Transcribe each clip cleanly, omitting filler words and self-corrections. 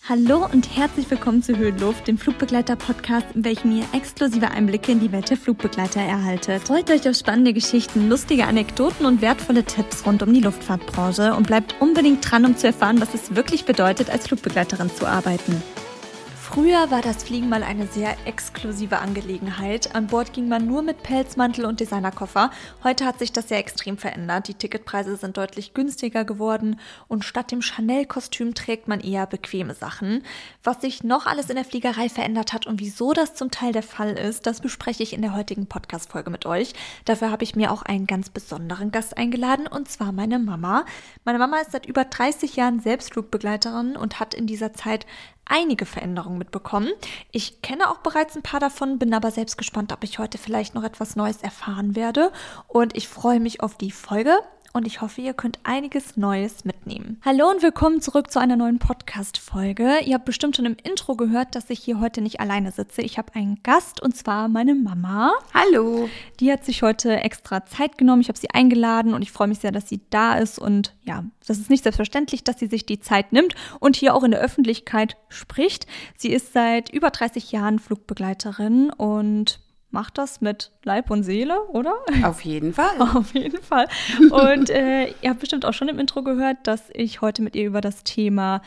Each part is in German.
Hallo und herzlich willkommen zu Höhenluft, dem Flugbegleiter-Podcast, in welchem ihr exklusive Einblicke in die Welt der Flugbegleiter erhaltet. Freut euch auf spannende Geschichten, lustige Anekdoten und wertvolle Tipps rund um die Luftfahrtbranche und bleibt unbedingt dran, um zu erfahren, was es wirklich bedeutet, als Flugbegleiterin zu arbeiten. Früher war das Fliegen mal eine sehr exklusive Angelegenheit. An Bord ging man nur mit Pelzmantel und Designerkoffer. Heute hat sich das sehr extrem verändert. Die Ticketpreise sind deutlich günstiger geworden und statt dem Chanel-Kostüm trägt man eher bequeme Sachen. Was sich noch alles in der Fliegerei verändert hat und wieso das zum Teil der Fall ist, das bespreche ich in der heutigen Podcast-Folge mit euch. Dafür habe ich mir auch einen ganz besonderen Gast eingeladen, und zwar meine Mama. Meine Mama ist seit über 30 Jahren selbst Flugbegleiterin und hat in dieser Zeit einige Veränderungen mitbekommen. Ich kenne auch bereits ein paar davon, bin aber selbst gespannt, ob ich heute vielleicht noch etwas Neues erfahren werde. Und ich freue mich auf die Folge und ich hoffe, ihr könnt einiges Neues mitnehmen. Hallo und willkommen zurück zu einer neuen Podcast-Folge. Ihr habt bestimmt schon im Intro gehört, dass ich hier heute nicht alleine sitze. Ich habe einen Gast, und zwar meine Mama. Hallo. Die hat sich heute extra Zeit genommen. Ich habe sie eingeladen und ich freue mich sehr, dass sie da ist. Und ja, das ist nicht selbstverständlich, dass sie sich die Zeit nimmt und hier auch in der Öffentlichkeit spricht. Sie ist seit über 30 Jahren Flugbegleiterin und macht das mit Leib und Seele, oder? Auf jeden Fall. Auf jeden Fall. Und ihr habt bestimmt auch schon im Intro gehört, dass ich heute mit ihr über das Thema,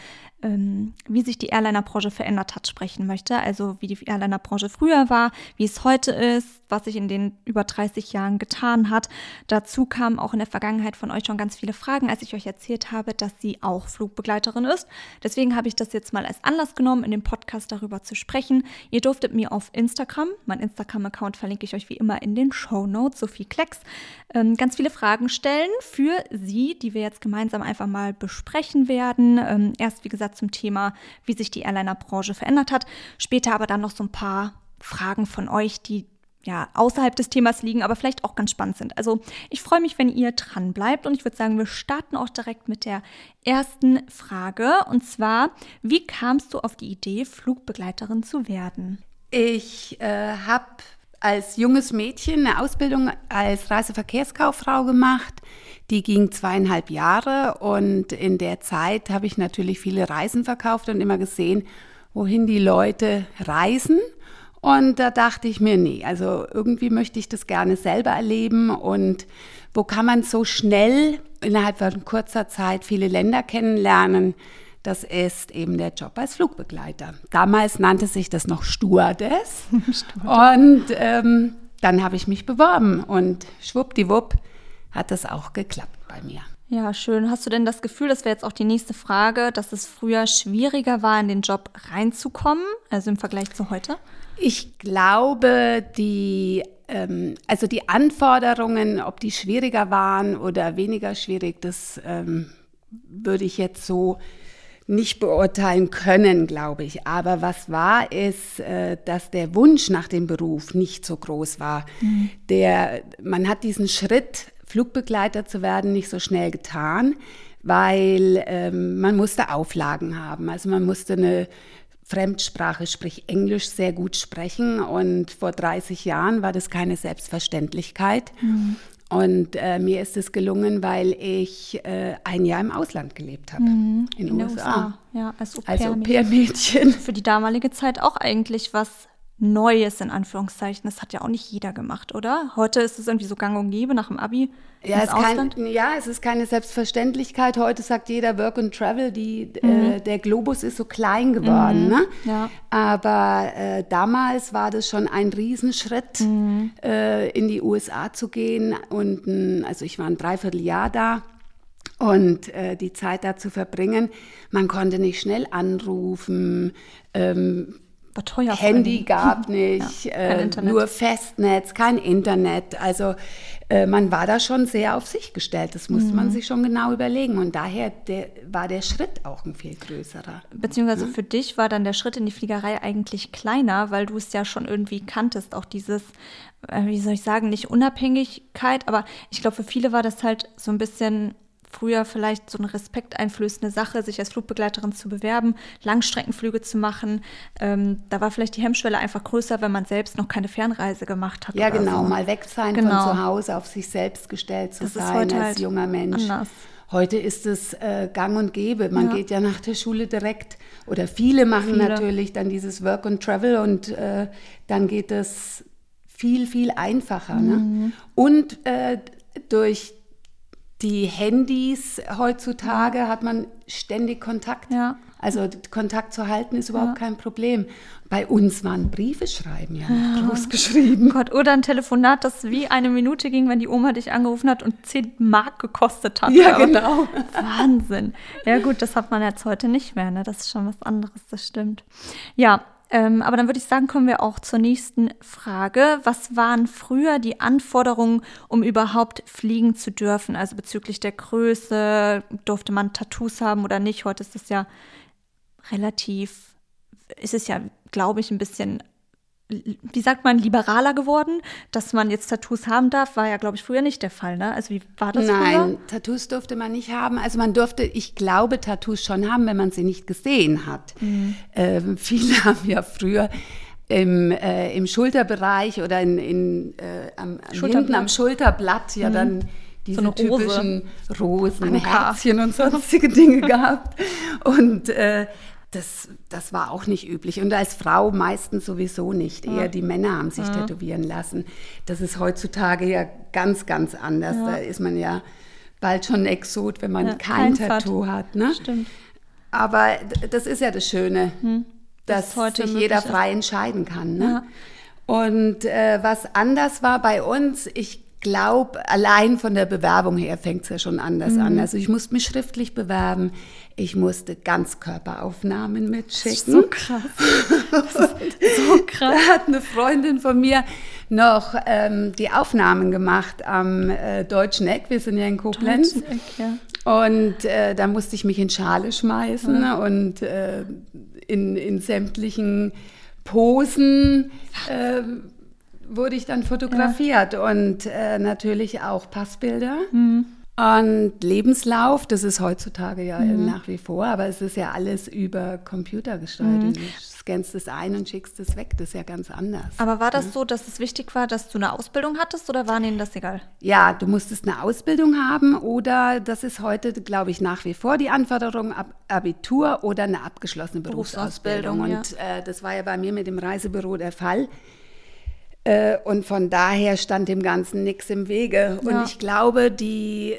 wie sich die Airliner-Branche verändert hat, sprechen möchte. Also wie die Airliner-Branche früher war, wie es heute ist, was sich in den über 30 Jahren getan hat. Dazu kamen auch in der Vergangenheit von euch schon ganz viele Fragen, als ich euch erzählt habe, dass sie auch Flugbegleiterin ist. Deswegen habe ich das jetzt mal als Anlass genommen, in dem Podcast darüber zu sprechen. Ihr durftet mir auf Instagram, mein Instagram-Account verlinke ich euch wie immer in den Shownotes, Sophie Klecks, ganz viele Fragen stellen für sie, die wir jetzt gemeinsam einfach mal besprechen werden. Erst, wie gesagt, zum Thema, wie sich die Airliner-Branche verändert hat. Später aber dann noch so ein paar Fragen von euch, die ja außerhalb des Themas liegen, aber vielleicht auch ganz spannend sind. Also ich freue mich, wenn ihr dran bleibt, und ich würde sagen, wir starten auch direkt mit der ersten Frage, und zwar, wie kamst du auf die Idee, Flugbegleiterin zu werden? Ich habe als junges Mädchen eine Ausbildung als Reiseverkehrskauffrau gemacht. Die ging 2,5 Jahre, und in der Zeit habe ich natürlich viele Reisen verkauft und immer gesehen, wohin die Leute reisen. Und da dachte ich mir, nee, also irgendwie möchte ich das gerne selber erleben, und wo kann man so schnell innerhalb von kurzer Zeit viele Länder kennenlernen? Das ist eben der Job als Flugbegleiter. Damals nannte sich das noch Stewardess. Und dann habe ich mich beworben, und schwuppdiwupp hat das auch geklappt bei mir. Ja, schön. Hast du denn das Gefühl, das wäre jetzt auch die nächste Frage, dass es früher schwieriger war, in den Job reinzukommen, also im Vergleich zu heute? Ich glaube, die Anforderungen, ob die schwieriger waren oder weniger schwierig, das würde ich jetzt so nicht beurteilen können, glaube ich. Aber was war, ist, dass der Wunsch nach dem Beruf nicht so groß war. Mhm. Man hat diesen Schritt, Flugbegleiter zu werden, nicht so schnell getan, weil man musste Auflagen haben. Also man musste eine Fremdsprache, sprich Englisch, sehr gut sprechen. Und vor 30 Jahren war das keine Selbstverständlichkeit. Mhm. Und mir ist es gelungen, weil ich ein Jahr im Ausland gelebt habe, in den USA. Ja, als Au-pair-Mädchen. Für die damalige Zeit auch eigentlich was Neues, in Anführungszeichen. Das hat ja auch nicht jeder gemacht, oder? Heute ist es irgendwie so gang und gäbe nach dem Abi ins Ausland. Es ist keine Selbstverständlichkeit. Heute sagt jeder Work and Travel. Der Globus ist so klein geworden. Ne? Ja. Aber damals war das schon ein Riesenschritt, in die USA zu gehen. Und also ich war ein Dreivierteljahr da. Und die Zeit da zu verbringen, man konnte nicht schnell anrufen, Handy gab nicht, ja, nur Festnetz, kein Internet. Also man war da schon sehr auf sich gestellt. Das musste man sich schon genau überlegen. Und daher war der Schritt auch ein viel größerer. Beziehungsweise für dich war dann der Schritt in die Fliegerei eigentlich kleiner, weil du es ja schon irgendwie kanntest. Auch dieses, wie soll ich sagen, nicht Unabhängigkeit. Aber ich glaube, für viele war das halt so ein bisschen früher vielleicht so eine respekteinflößende Sache, sich als Flugbegleiterin zu bewerben, Langstreckenflüge zu machen. Da war vielleicht die Hemmschwelle einfach größer, wenn man selbst noch keine Fernreise gemacht hat. Ja, genau, so. Mal weg sein von zu Hause, auf sich selbst gestellt zu sein als junger Mensch. Anders. Heute ist es gang und gäbe. Man geht ja nach der Schule direkt, oder viele machen natürlich dann dieses Work and Travel und dann geht es viel, viel einfacher. Ne? Und durch die Handys heutzutage hat man ständig Kontakt. Ja. Also Kontakt zu halten ist überhaupt kein Problem. Bei uns waren Briefe schreiben groß geschrieben. Gott, oder ein Telefonat, das wie eine Minute ging, wenn die Oma dich angerufen hat und 10 Mark gekostet hat. Ja, genau. Wahnsinn. Ja gut, das hat man jetzt heute nicht mehr. Ne? Das ist schon was anderes, das stimmt. Ja, aber dann würde ich sagen, kommen wir auch zur nächsten Frage. Was waren früher die Anforderungen, um überhaupt fliegen zu dürfen? Also bezüglich der Größe, durfte man Tattoos haben oder nicht? Heute ist es ja glaube ich, ein bisschen, wie sagt man, liberaler geworden, dass man jetzt Tattoos haben darf, war ja, glaube ich, früher nicht der Fall, ne? Also wie war das früher? Nein, Tattoos durfte man nicht haben. Also man durfte, ich glaube, Tattoos schon haben, wenn man sie nicht gesehen hat. Viele haben ja früher im Schulterbereich oder hinten am Schulterblatt ja dann diese so typischen Rosen, Herzchen und sonstige Dinge gehabt. Und das war auch nicht üblich. Und als Frau meistens sowieso nicht. Eher die Männer haben sich tätowieren lassen. Das ist heutzutage ja ganz, ganz anders. Da ist man ja bald schon ein Exot, wenn man kein Tattoo hat. Ne? Stimmt. Aber das ist ja das Schöne, dass sich jeder frei entscheiden kann. Ne? Ja. Und was anders war bei uns, ich glaube, allein von der Bewerbung her fängt es ja schon anders an. Also ich musste mich schriftlich bewerben, ich musste Ganzkörperaufnahmen mitschicken. So krass. So krass. Da hat eine Freundin von mir noch die Aufnahmen gemacht am Deutschen Eck. Wir sind ja in Koblenz. Deutschen Eck, ja. Und da musste ich mich in Schale schmeißen und in sämtlichen Posen wurde ich dann fotografiert und natürlich auch Passbilder und Lebenslauf. Das ist heutzutage ja nach wie vor, aber es ist ja alles über Computer gesteuert. Du scannst es ein und schickst es weg. Das ist ja ganz anders. Aber war das so, dass es wichtig war, dass du eine Ausbildung hattest oder war Ihnen das egal? Ja, du musstest eine Ausbildung haben oder das ist heute, glaube ich, nach wie vor die Anforderung, Abitur oder eine abgeschlossene Berufsausbildung. Und das war ja bei mir mit dem Reisebüro der Fall. Und von daher stand dem Ganzen nichts im Wege. Und ich glaube, die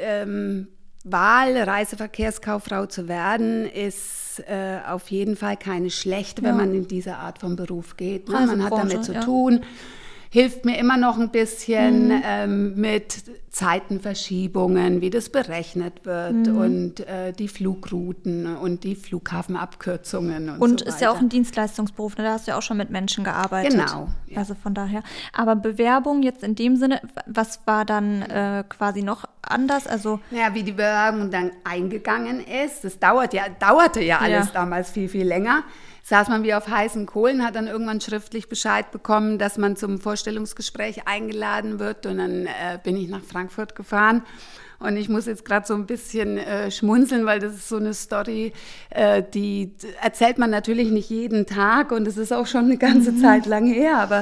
Wahl, Reiseverkehrskauffrau zu werden, ist auf jeden Fall keine schlechte, wenn man in diese Art von Beruf geht. Ne? Man hat damit zu tun. Hilft mir immer noch ein bisschen mit Zeitenverschiebungen, wie das berechnet wird und die Flugrouten und die Flughafenabkürzungen und so weiter. Ist ja auch ein Dienstleistungsberuf, ne? Da hast du ja auch schon mit Menschen gearbeitet. Genau. Ja. Also von daher. Aber Bewerbung jetzt in dem Sinne, was war dann quasi noch anders? Also wie die Bewerbung dann eingegangen ist, das dauerte ja alles damals viel, viel länger. Saß man wie auf heißen Kohlen, hat dann irgendwann schriftlich Bescheid bekommen, dass man zum Vorstellungsgespräch eingeladen wird. Und dann bin ich nach Frankfurt gefahren. Und ich muss jetzt gerade so ein bisschen schmunzeln, weil das ist so eine Story, die erzählt man natürlich nicht jeden Tag. Und es ist auch schon eine ganze Zeit lang her. Aber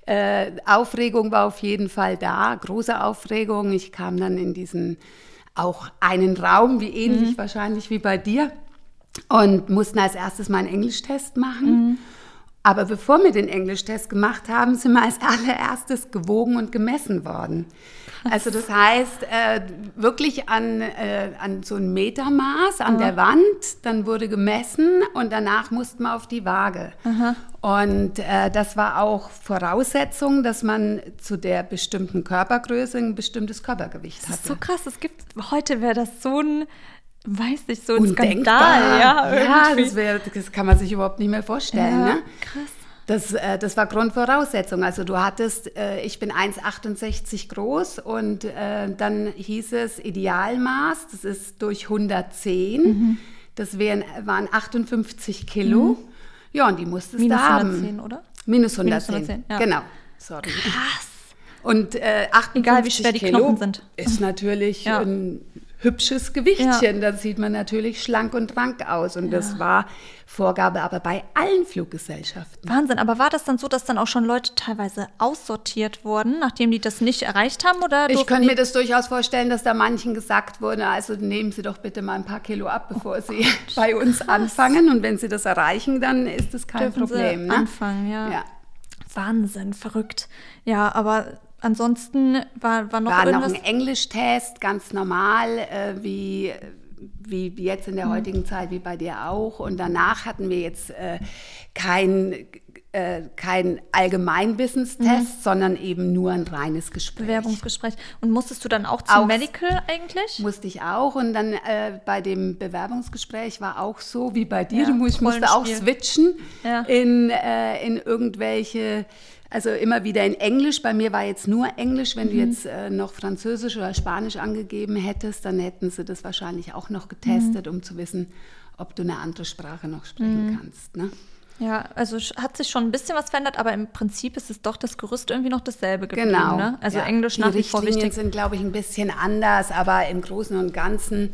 Aufregung war auf jeden Fall da, große Aufregung. Ich kam dann in diesen auch einen Raum, wie ähnlich wahrscheinlich wie bei dir. Und mussten als erstes mal einen Englischtest machen. Aber bevor wir den Englischtest gemacht haben, sind wir als allererstes gewogen und gemessen worden. Also das heißt, wirklich an so ein Metermaß an der Wand, dann wurde gemessen und danach mussten wir auf die Waage. Und das war auch Voraussetzung, dass man zu der bestimmten Körpergröße ein bestimmtes Körpergewicht hatte. Das ist so krass, heute wäre das so ein... Weiß nicht, so ein Skandal. Ja, das kann man sich überhaupt nicht mehr vorstellen. Ja, ne? Krass. Das war Grundvoraussetzung. Also du hattest, ich bin 1,68 groß und dann hieß es Idealmaß, das ist durch 110. Das waren 58 Kilo. Ja, und die musstest du haben. Minus 110, oder? Minus 110, ja. Genau. Sorry. Krass. Und 58 Egal, wie schwer die Kilo Knochen sind. Ist natürlich hübsches Gewichtchen. Da sieht man natürlich schlank und rank aus. Und das war Vorgabe aber bei allen Fluggesellschaften. Wahnsinn, aber war das dann so, dass dann auch schon Leute teilweise aussortiert wurden, nachdem die das nicht erreicht haben? Oder ich könnte mir das durchaus vorstellen, dass da manchen gesagt wurde, also nehmen Sie doch bitte mal ein paar Kilo ab, bevor Sie bei uns anfangen. Und wenn Sie das erreichen, dann ist das kein Problem. Sie anfangen, ja. Wahnsinn, verrückt. Ja, aber ansonsten war noch irgendwas? War noch ein Englischtest, ganz normal, wie jetzt in der heutigen Zeit, wie bei dir auch. Und danach hatten wir jetzt kein Allgemeinwissenstest, sondern eben nur ein reines Gespräch. Bewerbungsgespräch. Und musstest du dann auch zum Medical eigentlich? Musste ich auch. Und dann bei dem Bewerbungsgespräch war auch so wie bei dir. Ich musste auch switchen in irgendwelche... Also immer wieder in Englisch. Bei mir war jetzt nur Englisch. Wenn du jetzt noch Französisch oder Spanisch angegeben hättest, dann hätten sie das wahrscheinlich auch noch getestet, um zu wissen, ob du eine andere Sprache noch sprechen kannst. Ne? Ja, also hat sich schon ein bisschen was verändert, aber im Prinzip ist es doch das Gerüst irgendwie noch dasselbe geblieben. Genau. Ne? Also Englisch nach wie vor wichtig. Die Richtlinien sind, glaube ich, ein bisschen anders, aber im Großen und Ganzen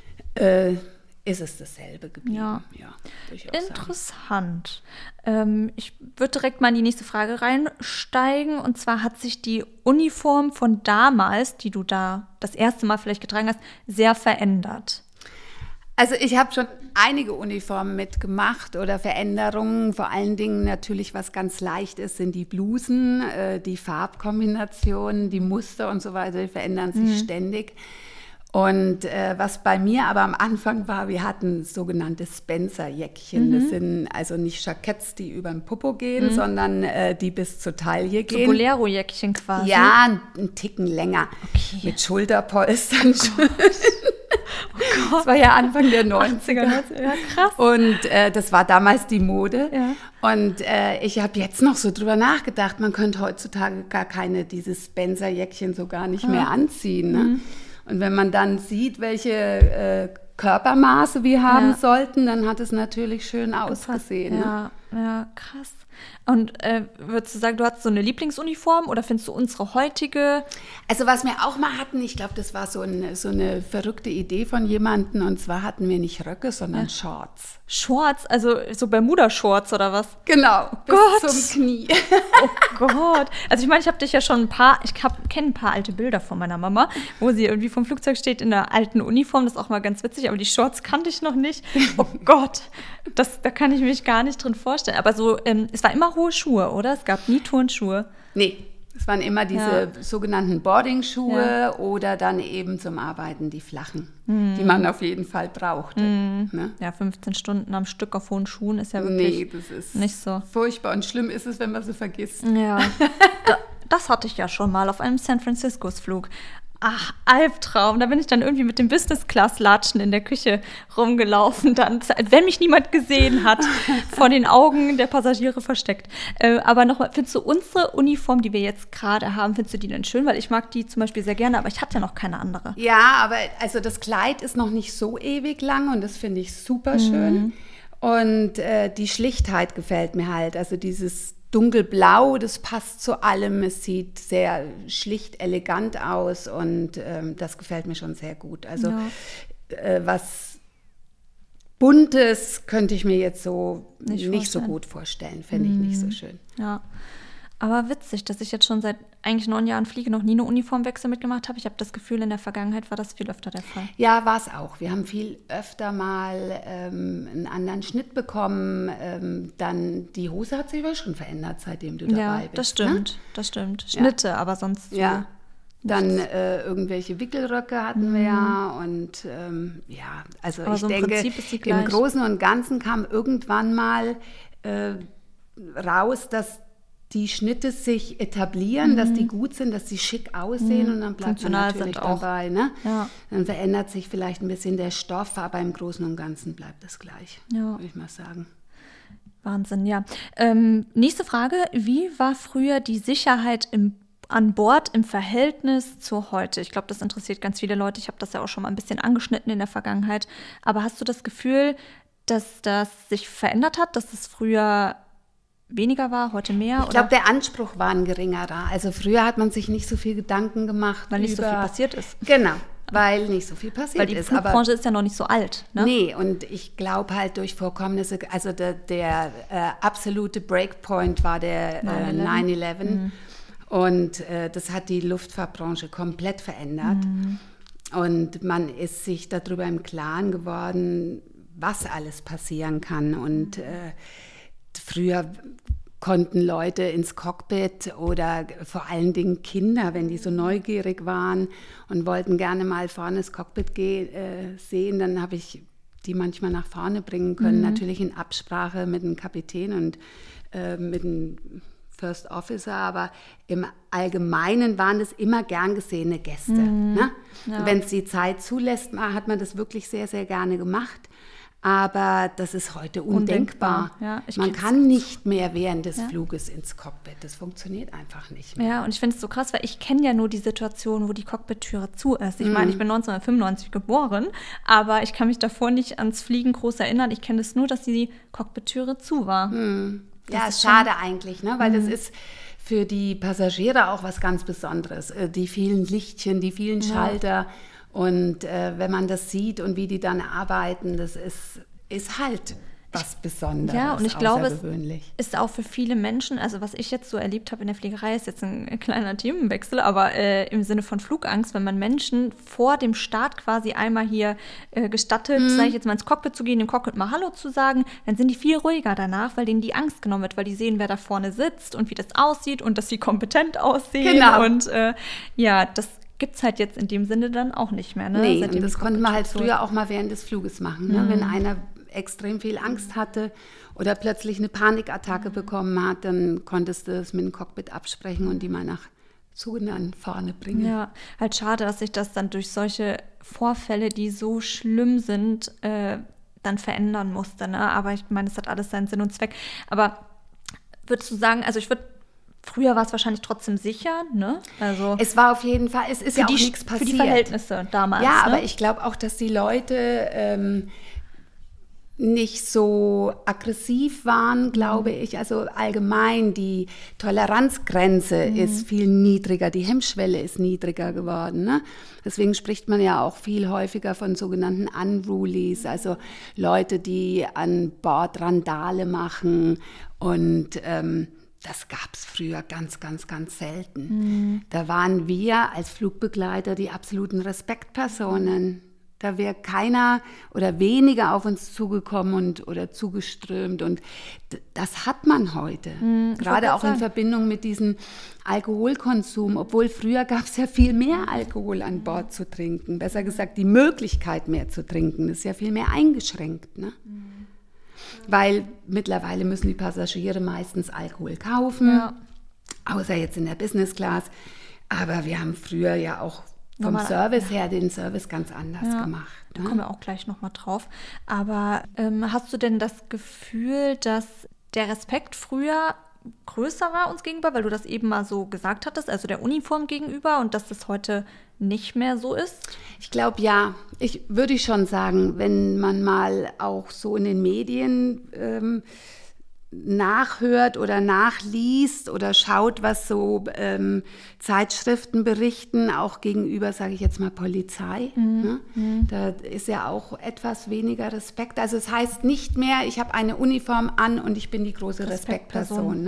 ist es dasselbe geblieben. Ja, interessant. Ich würde direkt mal in die nächste Frage reinsteigen. Und zwar hat sich die Uniform von damals, die du da das erste Mal vielleicht getragen hast, sehr verändert. Also ich habe schon einige Uniformen mitgemacht oder Veränderungen. Vor allen Dingen natürlich, was ganz leicht ist, sind die Blusen, die Farbkombinationen, die Muster und so weiter, die verändern sich ständig. Und was bei mir aber am Anfang war, wir hatten sogenannte Spencer-Jäckchen. Das sind also nicht Jacketts, die über den Popo gehen, sondern die bis zur Taille gehen. So Bolero-Jäckchen quasi? Ja, einen Ticken länger. Okay. Mit Schulterpolstern. Das war ja Anfang der 90er. Ja, krass. Und das war damals die Mode. Ja. Und ich habe jetzt noch so drüber nachgedacht, man könnte heutzutage gar keine dieses Spencer-Jäckchen so gar nicht mehr anziehen. Ne? Und wenn man dann sieht, welche Körpermaße wir haben sollten, dann hat es natürlich schön ausgesehen. Ja, ne? Ja, krass. Und würdest du sagen, du hast so eine Lieblingsuniform oder findest du unsere heutige? Also was wir auch mal hatten, ich glaube, das war so eine verrückte Idee von jemandem, und zwar hatten wir nicht Röcke, sondern Shorts. Shorts? Also so Bermuda-Shorts oder was? Genau, bis zum Knie. Oh Gott. Also ich meine, ich habe dich ja schon kenne ein paar alte Bilder von meiner Mama, wo sie irgendwie vom Flugzeug steht in einer alten Uniform. Das ist auch mal ganz witzig, aber die Shorts kannte ich noch nicht. Oh Gott, da kann ich mich gar nicht drin vorstellen. Aber so, es war immer hohe Schuhe, oder? Es gab nie Turnschuhe. Nee. Es waren immer diese sogenannten Boarding-Schuhe oder dann eben zum Arbeiten die flachen, die man auf jeden Fall brauchte. Ne? Ja, 15 Stunden am Stück auf hohen Schuhen ist ja wirklich das ist nicht so. Furchtbar und schlimm ist es, wenn man sie vergisst. Ja, das hatte ich ja schon mal auf einem San Francisco-Flug. Ach, Albtraum. Da bin ich dann irgendwie mit dem Business-Class-Latschen in der Küche rumgelaufen, dann, wenn mich niemand gesehen hat, vor den Augen der Passagiere versteckt. Aber nochmal, findest du unsere Uniform, die wir jetzt gerade haben, findest du die denn schön? Weil ich mag die zum Beispiel sehr gerne, aber ich hatte ja noch keine andere. Ja, aber also das Kleid ist noch nicht so ewig lang und das finde ich super schön. Und die Schlichtheit gefällt mir halt. Also dieses Dunkelblau, das passt zu allem. Es sieht sehr schlicht, elegant aus und das gefällt mir schon sehr gut. Also was Buntes könnte ich mir jetzt so nicht so gut vorstellen. Fände ich nicht so schön. Ja, aber witzig, dass ich jetzt schon seit eigentlich 9 Jahren fliege, noch nie eine Uniformwechsel mitgemacht habe. Ich habe das Gefühl, in der Vergangenheit war das viel öfter der Fall. Ja, war es auch. Wir haben viel öfter mal einen anderen Schnitt bekommen. Dann die Hose hat sich aber schon verändert, seitdem du dabei bist. Ja, das stimmt, ne? Das stimmt. Schnitte, aber sonst ja. Dann irgendwelche Wickelröcke hatten wir ja und also aber ich denke, im Großen und Ganzen kam irgendwann mal raus, dass die Schnitte sich etablieren, dass die gut sind, dass sie schick aussehen und dann bleibt man natürlich dabei. Ne? Ja. Dann verändert sich vielleicht ein bisschen der Stoff, aber im Großen und Ganzen bleibt es gleich, würde ich mal sagen. Wahnsinn, ja. Nächste Frage, wie war früher die Sicherheit an Bord im Verhältnis zu heute? Ich glaube, das interessiert ganz viele Leute. Ich habe das ja auch schon mal ein bisschen angeschnitten in der Vergangenheit. Aber hast du das Gefühl, dass das sich verändert hat, dass es früher weniger war, heute mehr? Ich glaube, der Anspruch war ein geringerer. Also früher hat man sich nicht so viel Gedanken gemacht. Weil nicht so viel passiert ist. Genau, weil nicht so viel passiert ist. Weil die Flugbranche ist ja noch nicht so alt. Ne? Nee, und ich glaube halt durch Vorkommnisse, also der absolute Breakpoint war der 9/11. Und das hat die Luftfahrtbranche komplett verändert. Und man ist sich darüber im Klaren geworden, was alles passieren kann. Und früher konnten Leute ins Cockpit oder vor allen Dingen Kinder, wenn die so neugierig waren und wollten gerne mal vorne das Cockpit sehen, dann habe ich die manchmal nach vorne bringen können, natürlich in Absprache mit dem Kapitän und mit dem First Officer, aber im Allgemeinen waren das immer gern gesehene Gäste. Ne? Ja. Wenn es die Zeit zulässt, hat man das wirklich sehr, sehr gerne gemacht. Aber das ist heute undenkbar. Ja, man kann nicht mehr während des Fluges ins Cockpit. Das funktioniert einfach nicht mehr. Ja, und ich finde es so krass, weil ich kenne ja nur die Situation, wo die Cockpit-Türe zu ist. Ich meine, ich bin 1995 geboren, aber ich kann mich davor nicht ans Fliegen groß erinnern. Ich kenne es nur, dass die Cockpit-Türe zu war. Ja, ist schade eigentlich, ne? Weil das ist für die Passagiere auch was ganz Besonderes. Die vielen Lichtchen, die vielen Schalter. Und wenn man das sieht und wie die dann arbeiten, das ist halt was Besonderes. Ja, und ich glaube, es ist auch für viele Menschen, also was ich jetzt so erlebt habe in der Fliegerei, ist jetzt ein kleiner Themenwechsel, aber im Sinne von Flugangst, wenn man Menschen vor dem Start quasi einmal hier gestattet, sage ich jetzt mal ins Cockpit zu gehen, dem Cockpit mal Hallo zu sagen, dann sind die viel ruhiger danach, weil denen die Angst genommen wird, weil die sehen, wer da vorne sitzt und wie das aussieht und dass sie kompetent aussehen. Genau. Und das gibt es halt jetzt in dem Sinne dann auch nicht mehr. Ne? Nee, und das konnten wir halt früher auch mal während des Fluges machen. Ne? Wenn einer extrem viel Angst hatte oder plötzlich eine Panikattacke bekommen hat, dann konntest du es mit dem Cockpit absprechen und die mal nach sogenannten vorne bringen. Ja, halt schade, dass sich das dann durch solche Vorfälle, die so schlimm sind, dann verändern musste. Ne? Aber ich meine, es hat alles seinen Sinn und Zweck. Aber würdest du sagen, also früher war es wahrscheinlich trotzdem sicher, ne? Also es war auf jeden Fall, es ist ja auch nichts passiert. Für die Verhältnisse damals. Ja, ne? aber ich glaube auch, dass die Leute nicht so aggressiv waren, glaube ich. Also allgemein, die Toleranzgrenze ist viel niedriger, die Hemmschwelle ist niedriger geworden. Ne? Deswegen spricht man ja auch viel häufiger von sogenannten Unrulies, also Leute, die an Bord Randale machen und das gab es früher ganz, ganz, ganz selten. Da waren wir als Flugbegleiter die absoluten Respektpersonen. Da wäre keiner oder weniger auf uns zugekommen oder zugeströmt. Und das hat man heute. Gerade auch in Verbindung mit diesem Alkoholkonsum. Obwohl früher gab es ja viel mehr Alkohol an Bord zu trinken. Besser gesagt, die Möglichkeit mehr zu trinken. Das ist ja viel mehr eingeschränkt. Ne? Weil mittlerweile müssen die Passagiere meistens Alkohol kaufen. Außer jetzt in der Business Class. Aber wir haben früher ja auch vom Service her den Service ganz anders gemacht. Da kommen wir auch gleich nochmal drauf. Aber hast du denn das Gefühl, dass der Respekt früher größer war uns gegenüber, weil du das eben mal so gesagt hattest, also der Uniform gegenüber und dass das heute nicht mehr so ist? Ich glaube, ja. Würde ich schon sagen, wenn man mal auch so in den Medien nachhört oder nachliest oder schaut, was so Zeitschriften berichten, auch gegenüber, sage ich jetzt mal, Polizei. Ne? Da ist ja auch etwas weniger Respekt. Also es heißt nicht mehr, ich habe eine Uniform an und ich bin die große Respektperson.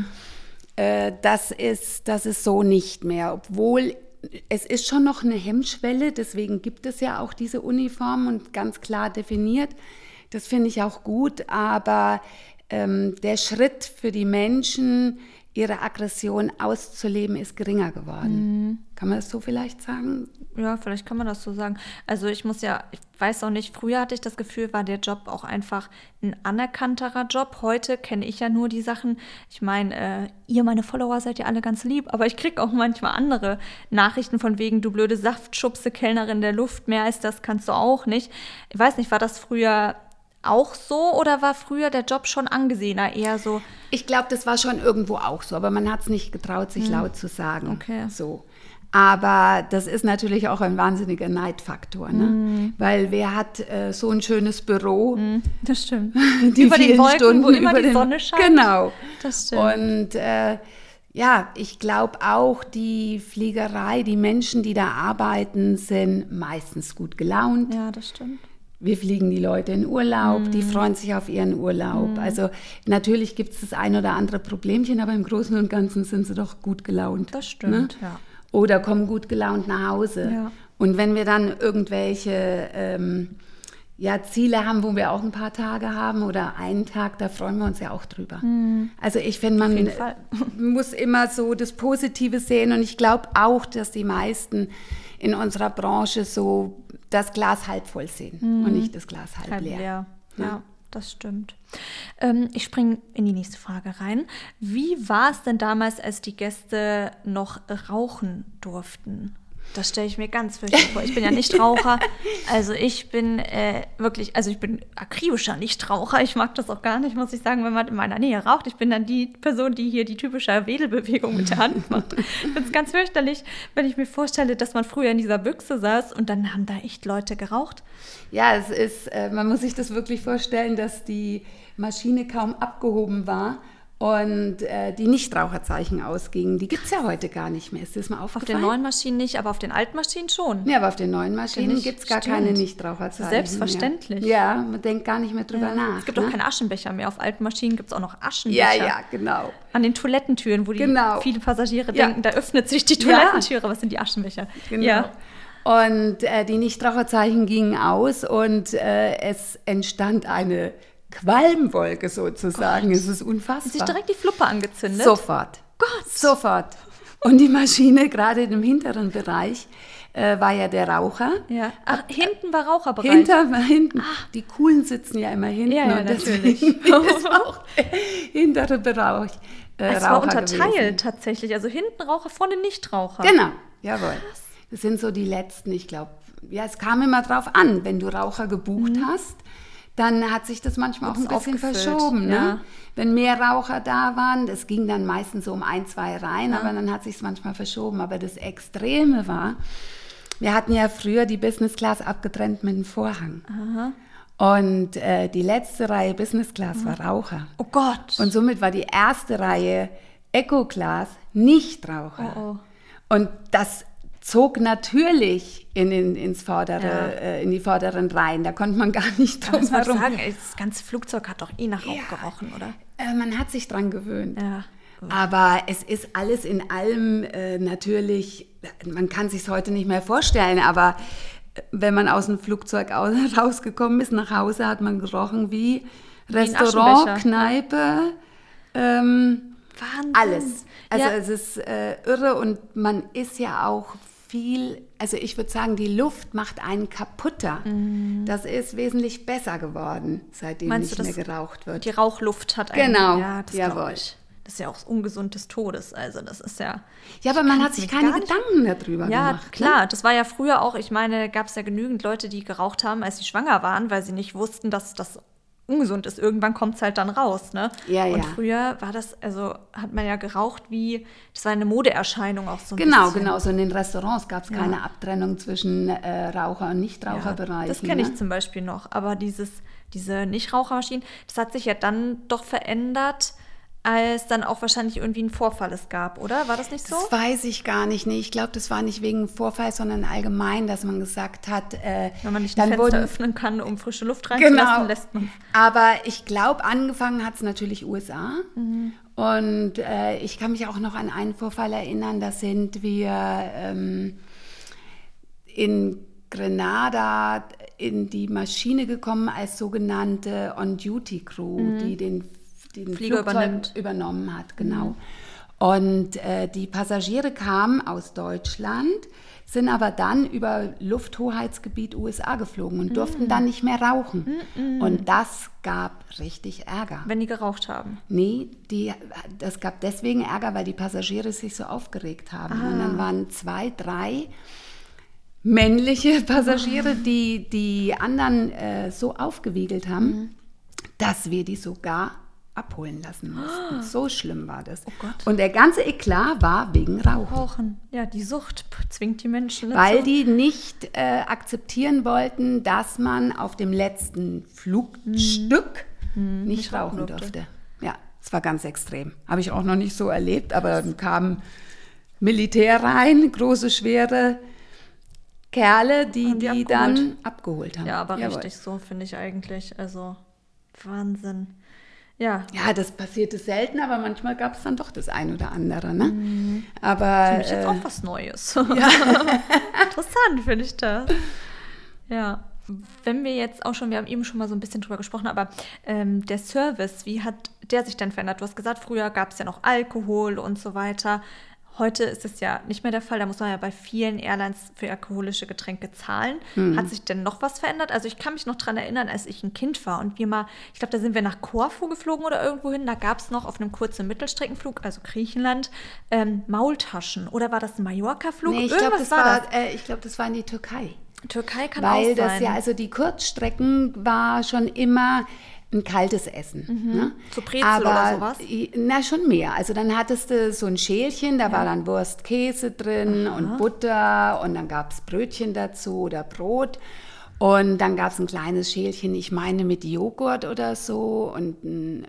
Ne? Das ist so nicht mehr, obwohl es ist schon noch eine Hemmschwelle, deswegen gibt es ja auch diese Uniform und ganz klar definiert. Das finde ich auch gut, aber der Schritt für die Menschen, ihre Aggression auszuleben, ist geringer geworden. Kann man das so vielleicht sagen? Ja, vielleicht kann man das so sagen. Also ich weiß auch nicht, früher hatte ich das Gefühl, war der Job auch einfach ein anerkannterer Job. Heute kenne ich ja nur die Sachen. Ich meine, ihr, meine Follower, seid ja alle ganz lieb, aber ich kriege auch manchmal andere Nachrichten von wegen, du blöde Saftschubse, Kellnerin der Luft, mehr als das kannst du auch nicht. Ich weiß nicht, war das früher auch so oder war früher der Job schon angesehener, eher so? Ich glaube, das war schon irgendwo auch so, aber man hat es nicht getraut, sich laut zu sagen. Okay. So. Aber das ist natürlich auch ein wahnsinniger Neidfaktor, ne? Weil wer hat so ein schönes Büro? Das stimmt. Die über den Wolken, Stunden, wo immer die Sonne scheint. Genau. Das stimmt. Und ich glaube auch, die Fliegerei, die Menschen, die da arbeiten, sind meistens gut gelaunt. Ja, das stimmt. Wir fliegen die Leute in Urlaub, die freuen sich auf ihren Urlaub. Also natürlich gibt es das ein oder andere Problemchen, aber im Großen und Ganzen sind sie doch gut gelaunt. Das stimmt, ja. Oder kommen gut gelaunt nach Hause. Ja. Und wenn wir dann irgendwelche Ziele haben, wo wir auch ein paar Tage haben oder einen Tag, da freuen wir uns ja auch drüber. Also ich finde, man muss immer so das Positive sehen und ich glaube auch, dass die meisten in unserer Branche so das Glas halb voll sehen und nicht das Glas halb leer. Ja, das stimmt. Ich springe in die nächste Frage rein. Wie war es denn damals, als die Gäste noch rauchen durften? Das stelle ich mir ganz fürchterlich vor. Ich bin ja Nichtraucher. Also ich bin ich bin akribischer Nichtraucher. Ich mag das auch gar nicht, muss ich sagen, wenn man in meiner Nähe raucht. Ich bin dann die Person, die hier die typische Wedelbewegung mit der Hand macht. Ich finde es ganz fürchterlich, wenn ich mir vorstelle, dass man früher in dieser Büchse saß und dann haben da echt Leute geraucht. Ja, es ist, man muss sich das wirklich vorstellen, dass die Maschine kaum abgehoben war und die Nichtraucherzeichen ausgingen. Die gibt es ja heute gar nicht mehr. Ist das mal aufgefallen? Auf den neuen Maschinen nicht, aber auf den alten Maschinen schon. Ja, aber auf den neuen Maschinen gibt es gar keine Nichtraucherzeichen. Selbstverständlich. Mehr. Ja, man denkt gar nicht mehr drüber nach. Es gibt auch keine Aschenbecher mehr. Auf alten Maschinen gibt es auch noch Aschenbecher. Ja, genau. An den Toilettentüren, wo viele Passagiere denken, da öffnet sich die Toilettentüre. Was sind die Aschenbecher? Genau. Ja. Und die Nichtraucherzeichen gingen aus und es entstand eine Qualmwolke sozusagen. Es ist unfassbar. Hat sich direkt die Fluppe angezündet? Sofort. Sofort. Und die Maschine, gerade im hinteren Bereich, war ja der Raucher. Ja. Ach, hinten war Raucherbereich. Hinten. Die Coolen sitzen ja immer hinten. Ja, und natürlich. ist auch der hintere Bereich es Raucher war unterteilt gewesen. Tatsächlich. Also hinten Raucher, vorne Nichtraucher. Genau, jawohl. Das sind so die letzten, ich glaube. Ja, es kam immer drauf an, wenn du Raucher gebucht hast, dann hat sich das manchmal auch ein bisschen verschoben. Ja. Ne? Wenn mehr Raucher da waren, das ging dann meistens so um 1, 2 Reihen, aber dann hat sich es manchmal verschoben. Aber das Extreme war, wir hatten ja früher die Business Class abgetrennt mit einem Vorhang. Aha. Und die letzte Reihe Business Class war Raucher. Oh Gott. Und somit war die erste Reihe Eco Class Nichtraucher. Oh. Und das zog natürlich in die vorderen Reihen. Da konnte man gar nicht drum herum. herum. Sagen, das ganze Flugzeug hat doch nach Rauch gerochen, oder? Man hat sich dran gewöhnt. Ja. Aber es ist alles in allem natürlich, man kann es sich heute nicht mehr vorstellen, aber wenn man aus dem Flugzeug rausgekommen ist, nach Hause, hat man gerochen wie Restaurant, Kneipe, Wahnsinn. alles. Also es ist irre und man ist ja auch viel, also ich würde sagen, die Luft macht einen kaputter. Das ist wesentlich besser geworden, seitdem nicht mehr geraucht wird. Die Rauchluft hat einen... Genau, ja, das jawohl. Das ist ja auch ungesund des Todes, also das ist ja... Ja, aber man hat sich keine Gedanken darüber gemacht. Ja, klar, das war ja früher auch, ich meine, gab es ja genügend Leute, die geraucht haben, als sie schwanger waren, weil sie nicht wussten, dass das ungesund ist. Irgendwann kommt es halt dann raus, ne? Ja, und früher war das, also hat man ja geraucht das war eine Modeerscheinung auch so ein bisschen. Genau, so in den Restaurants gab es keine Abtrennung zwischen Raucher- und Nichtraucherbereichen. Das kenne ich zum Beispiel noch, aber diese Nichtrauchermaschinen, das hat sich ja dann doch verändert, als dann auch wahrscheinlich irgendwie einen Vorfall es gab, oder? War das nicht so? Das weiß ich gar nicht. Nee, ich glaube, das war nicht wegen Vorfall, sondern allgemein, dass man gesagt hat... wenn man nicht ein Fenster öffnen kann, um frische Luft reinzulassen, lässt man... Aber ich glaube, angefangen hat es natürlich USA. Und ich kann mich auch noch an einen Vorfall erinnern, da sind wir in Grenada in die Maschine gekommen als sogenannte On-Duty-Crew, die den Flieger übernommen hat, genau. Und die Passagiere kamen aus Deutschland, sind aber dann über Lufthoheitsgebiet USA geflogen und durften dann nicht mehr rauchen. Und das gab richtig Ärger. Wenn die geraucht haben? Nee, das gab deswegen Ärger, weil die Passagiere sich so aufgeregt haben. Und dann waren 2, 3 männliche Passagiere, die anderen so aufgewiegelt haben, dass wir die sogar abholen lassen mussten. So schlimm war das. Oh Gott. Und der ganze Eklat war wegen Rauchen. Rauchen. Ja, die Sucht zwingt die Menschen dazu. Weil die nicht akzeptieren wollten, dass man auf dem letzten Flugstück nicht rauchen durfte. Ja, es war ganz extrem. Habe ich auch noch nicht so erlebt, aber dann kam Militär rein, große, schwere Kerle, die dann abgeholt haben. Ja, aber richtig so, finde ich eigentlich. Also Wahnsinn. Ja. Ja, das passierte selten, aber manchmal gab es dann doch das ein oder andere. Ne? Aber Finde ich jetzt auch was Neues. Ja. Interessant finde ich das. Ja. Wenn wir jetzt auch schon, wir haben eben schon mal so ein bisschen drüber gesprochen, aber der Service, wie hat der sich denn verändert? Du hast gesagt, früher gab es ja noch Alkohol und so weiter. Heute ist es ja nicht mehr der Fall. Da muss man ja bei vielen Airlines für alkoholische Getränke zahlen. Hat sich denn noch was verändert? Also ich kann mich noch daran erinnern, als ich ein Kind war und wir mal, ich glaube, da sind wir nach Korfu geflogen oder irgendwo hin. Da gab es noch auf einem kurzen Mittelstreckenflug, also Griechenland, Maultaschen. Oder war das ein Mallorca-Flug? Nee, ich glaube, das war in die Türkei. Türkei kann auch sein. Weil das ja, also die Kurzstrecken war schon immer ein kaltes Essen. Ne? So Brezel oder sowas? Na, schon mehr. Also dann hattest du so ein Schälchen, da war dann Wurst, Käse drin und Butter und dann gab es Brötchen dazu oder Brot. Und dann gab es ein kleines Schälchen, ich meine mit Joghurt oder so und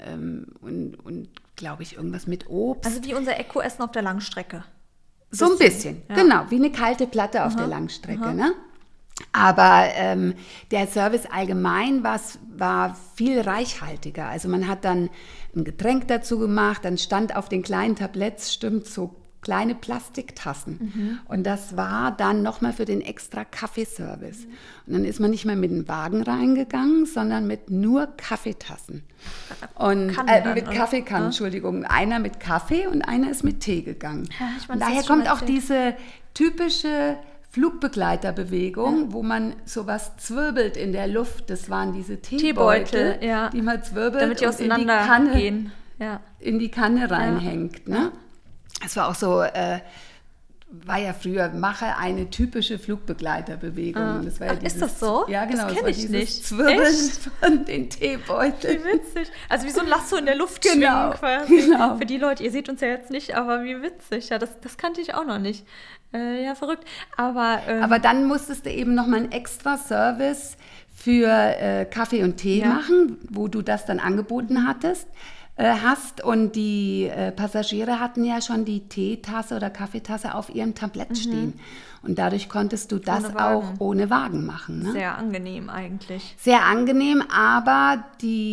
glaube ich, irgendwas mit Obst. Also wie unser Eco-Essen auf der Langstrecke. So ein bisschen, genau, wie eine kalte Platte auf der Langstrecke, ne? Aber der Service allgemein war viel reichhaltiger. Also man hat dann ein Getränk dazu gemacht, dann stand auf den kleinen Tabletts, so kleine Plastiktassen. Und das war dann nochmal für den extra Kaffeeservice. Und dann ist man nicht mehr mit dem Wagen reingegangen, sondern mit nur Kaffeetassen. Und mit Kaffeekannen, Entschuldigung. Einer mit Kaffee und einer ist mit Tee gegangen. Ja, und daher kommt auch diese typische Flugbegleiterbewegung, wo man sowas zwirbelt in der Luft. Das waren diese Teebeutel, die man zwirbelt, damit die und auseinandergehen. In die Kanne reinhängt. Ne? Das war auch so, war ja früher, mache eine typische Flugbegleiterbewegung. Das war ja ist das so? Ja, genau. Das kenne ich nicht. Zwirbeln von den Teebeuteln. Wie witzig. Also wie so ein Lasso in der Luft schwingen quasi. Genau. Für die Leute, ihr seht uns ja jetzt nicht, aber wie witzig. Ja, das kannte ich auch noch nicht. Ja, verrückt. Aber dann musstest du eben nochmal einen extra Service für Kaffee und Tee machen, wo du das dann angeboten hast. Und die Passagiere hatten ja schon die Teetasse oder Kaffeetasse auf ihrem Tablett stehen. Und dadurch konntest du das auch ohne Wagen machen. Ne? Sehr angenehm eigentlich. Sehr angenehm, aber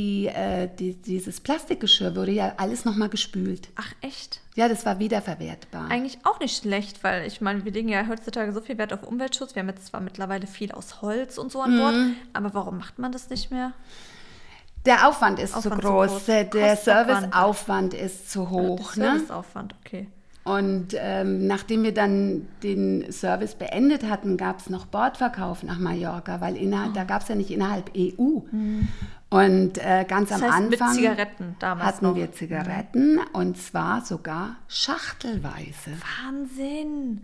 dieses Plastikgeschirr wurde ja alles nochmal gespült. Ach, echt? Ja, das war wiederverwertbar. Eigentlich auch nicht schlecht, weil ich meine, wir legen ja heutzutage so viel Wert auf Umweltschutz. Wir haben jetzt zwar mittlerweile viel aus Holz und so an Bord, aber warum macht man das nicht mehr? Der Aufwand ist zu groß. Der Serviceaufwand ist zu hoch. Der Serviceaufwand, okay. Und nachdem wir dann den Service beendet hatten, gab es noch Bordverkauf nach Mallorca, weil da gab es ja nicht innerhalb EU. Und ganz am Anfang mit Zigaretten damals hatten wir Zigaretten und zwar sogar schachtelweise. Wahnsinn!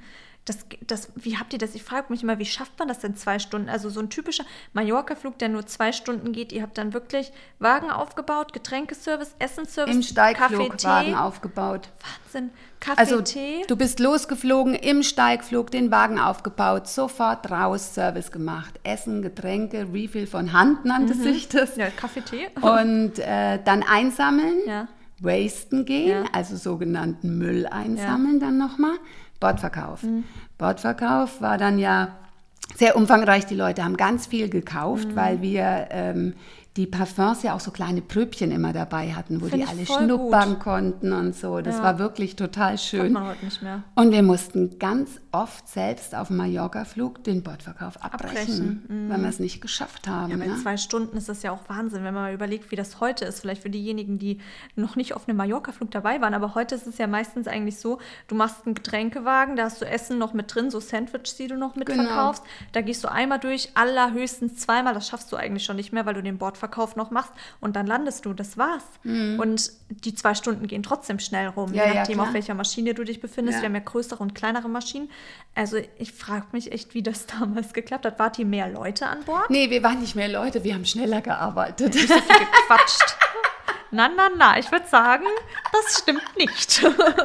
Wie habt ihr das? Ich frage mich immer, wie schafft man das denn 2 Stunden? Also so ein typischer Mallorca-Flug, der nur 2 Stunden geht. Ihr habt dann wirklich Wagen aufgebaut, Getränkeservice, Essensservice, im Steigflug Kaffee, Wagen Tee. aufgebaut. Wahnsinn. Kaffee, Tee. Du bist losgeflogen, im Steigflug den Wagen aufgebaut, sofort raus, Service gemacht. Essen, Getränke, Refill von Hand nannte sich das. Ja, Kaffee, Tee. Und dann einsammeln, wasten gehen, also sogenannten Müll einsammeln dann nochmal. Bordverkauf. Bordverkauf war dann ja sehr umfangreich. Die Leute haben ganz viel gekauft, weil wir die Parfums ja auch so kleine Pröbchen immer dabei hatten, wo die alle schnuppern konnten und so. Das war wirklich total schön. Hat man heute nicht mehr. Und wir mussten ganz oft selbst auf dem Mallorca-Flug den Bordverkauf abbrechen. Weil wir es nicht geschafft haben. Ja, bei 2 Stunden ist das ja auch Wahnsinn, wenn man mal überlegt, wie das heute ist. Vielleicht für diejenigen, die noch nicht auf einem Mallorca-Flug dabei waren. Aber heute ist es ja meistens eigentlich so, du machst einen Getränkewagen, da hast du Essen noch mit drin, so Sandwiches, die du noch mitverkaufst. Da gehst du einmal durch, allerhöchstens 2-mal. Das schaffst du eigentlich schon nicht mehr, weil du den Bordverkauf noch machst und dann landest du, das war's. Und die 2 Stunden gehen trotzdem schnell rum, je nachdem, auf welcher Maschine du dich befindest. Wir haben ja größere und kleinere Maschinen. Also ich frage mich echt, wie das damals geklappt hat. Wart ihr mehr Leute an Bord? Nee, wir waren nicht mehr Leute, wir haben schneller gearbeitet. Nicht so viel gequatscht. Na, ich würde sagen, das stimmt nicht.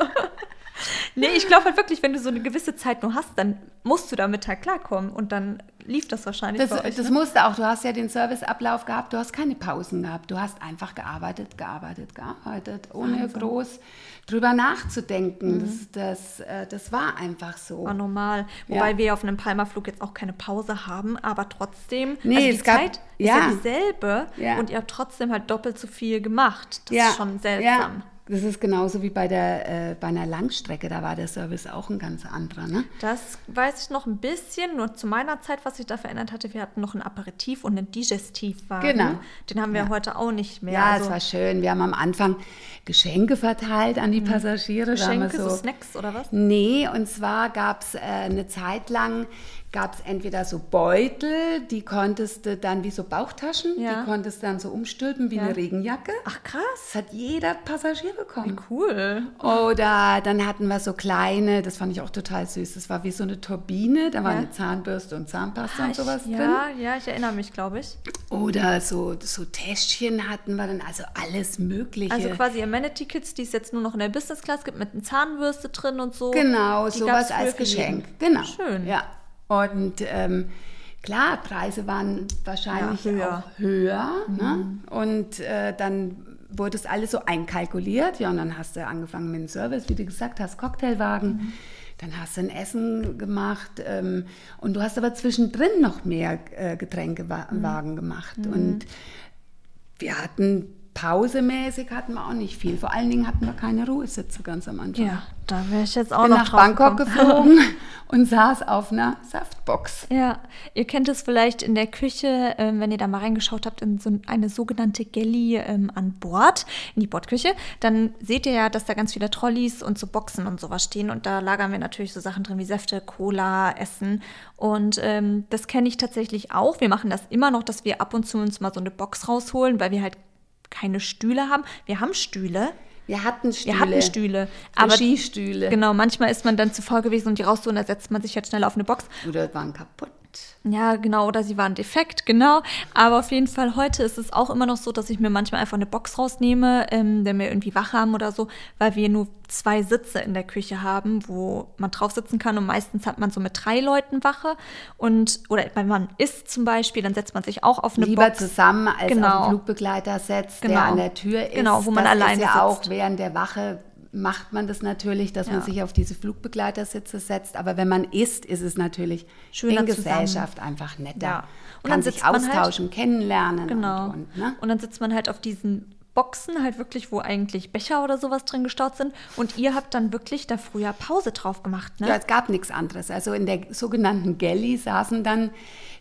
Nee, ich glaube halt wirklich, wenn du so eine gewisse Zeit nur hast, dann musst du damit halt klarkommen und dann lief das wahrscheinlich bei euch. Das musste auch, du hast ja den Serviceablauf gehabt, du hast keine Pausen gehabt, du hast einfach gearbeitet, ohne groß drüber nachzudenken. Das war einfach so. War normal. Wobei wir auf einem Palma-Flug jetzt auch keine Pause haben, aber trotzdem, Nee, also es die gab- Zeit ist ja. ja dieselbe Ja. und ihr habt trotzdem halt doppelt so viel gemacht. Das ist schon seltsam. Ja. Das ist genauso wie bei einer Langstrecke, da war der Service auch ein ganz anderer, ne? Das weiß ich noch ein bisschen, nur zu meiner Zeit, was sich da verändert hatte, wir hatten noch ein Aperitif und einen Digestivwagen. Genau. Den haben wir heute auch nicht mehr. Ja, Also es war schön. Wir haben am Anfang Geschenke verteilt an die Passagiere. Da haben wir Geschenke, so Snacks oder was? Nee, und zwar gab es eine Zeit lang, entweder so Beutel, die konntest du dann wie so Bauchtaschen, Ja. die konntest du dann so umstülpen wie eine Regenjacke. Ach krass, Das hat jeder Passagier bekommen. cool. Oder dann hatten wir so kleine, das fand ich auch total süß, das war wie so eine Turbine, da war eine Zahnbürste und Zahnpasta und sowas drin. Ja, ich erinnere mich, glaube ich. Oder so Täschchen hatten wir dann, also alles Mögliche. Also quasi Amenity-Kits, die es jetzt nur noch in der Business Class gibt, mit einer Zahnbürste drin und so. Genau, Die sowas gab's als früher für Geschenk. jeden. Genau. Schön. Ja. Und klar, Preise waren wahrscheinlich Ja, höher. Ne? Und dann wurde es alles so einkalkuliert. Ja, und dann hast du angefangen mit dem Service, wie du gesagt hast, Cocktailwagen. Dann hast du ein Essen gemacht und du hast aber zwischendrin noch mehr Getränkewagen gemacht. Und wir hatten pausemäßig hatten wir auch nicht viel. Vor allen Dingen hatten wir keine Ruhesitze ganz am Anfang. Ja, da wäre ich jetzt auch Bin noch nach drauf Bangkok gekommen. geflogen und saß auf einer Saftbox. Ja, ihr kennt es vielleicht in der Küche, wenn ihr da mal reingeschaut habt, in so eine sogenannte Galley an Bord, in die Bordküche, dann seht ihr ja, dass da ganz viele Trolleys und so Boxen und sowas stehen und da lagern wir natürlich so Sachen drin wie Säfte, Cola, Essen und das kenne ich tatsächlich auch. Wir machen das immer noch, dass wir ab und zu uns mal so eine Box rausholen, weil wir halt keine Stühle haben. Wir haben Stühle. Wir hatten Stühle. Aber Regiestühle. genau, manchmal ist man dann zu faul gewesen, um die rauszuholen, da setzt man sich halt schnell auf eine Box. Oder waren kaputt. Ja, genau, oder sie waren defekt, genau. Aber auf jeden Fall, heute ist es auch immer noch so, dass ich mir manchmal einfach eine Box rausnehme, wenn wir irgendwie wach haben oder so, weil wir nur 2 Sitze in der Küche haben, wo man drauf sitzen kann und meistens hat man so mit 3 Leuten Wache oder wenn man isst zum Beispiel, dann setzt man sich auch auf eine Lieber Box. zusammen als Genau. auf einen Flugbegleiter setzt, der an der Tür ist. Genau, wo man das alleine ist ja sitzt. auch während der Wache macht man das natürlich, dass man sich auf diese Flugbegleitersitze setzt. Aber wenn man isst, ist es natürlich Schöner in Gesellschaft einfach netter. Ja. Und Kann dann sich sitzt man halt- austauschen, kennenlernen. Genau. Und, ne? Und dann sitzt man halt auf diesen Boxen, halt wirklich, wo eigentlich Becher oder sowas drin gestaut sind. Und ihr habt dann wirklich da früher Pause drauf gemacht, ne? Ja, es gab nichts anderes. Also in der sogenannten Galley saßen dann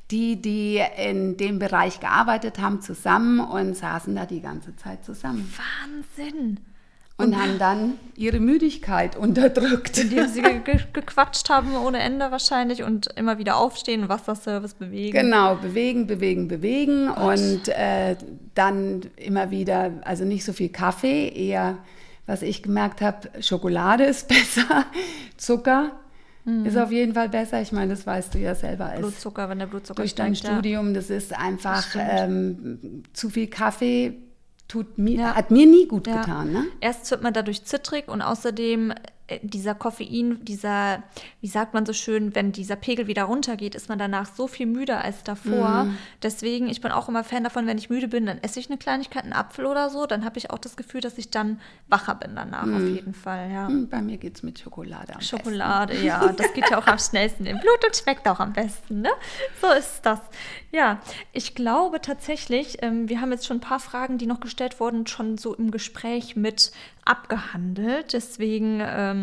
die in dem Bereich gearbeitet haben, zusammen und saßen da die ganze Zeit zusammen. Wahnsinn! Und haben dann ihre Müdigkeit unterdrückt. Indem sie gequatscht haben ohne Ende wahrscheinlich und immer wieder aufstehen, Wasserservice bewegen. Genau, bewegen und dann immer wieder, also nicht so viel Kaffee, eher, was ich gemerkt habe, Schokolade ist besser, Zucker ist auf jeden Fall besser. Ich meine, das weißt du ja selber als Blutzucker, wenn der Blutzucker durch dein steigt, Studium, das ist einfach zu viel Kaffee. Ja. Hat mir nie gut getan, ne? Erst wird man dadurch zittrig und außerdem dieser Koffein, wie sagt man so schön, wenn dieser Pegel wieder runtergeht, ist man danach so viel müder als davor. Deswegen, ich bin auch immer Fan davon, wenn ich müde bin, dann esse ich eine Kleinigkeit, einen Apfel oder so, dann habe ich auch das Gefühl, dass ich dann wacher bin danach, auf jeden Fall, ja. Bei mir geht es mit Schokolade am Schokolade, ja, das geht ja auch am schnellsten im Blut und schmeckt auch am besten, ne? So ist das. Ja, ich glaube tatsächlich, wir haben jetzt schon ein paar Fragen, die noch gestellt wurden, schon so im Gespräch mit abgehandelt. Deswegen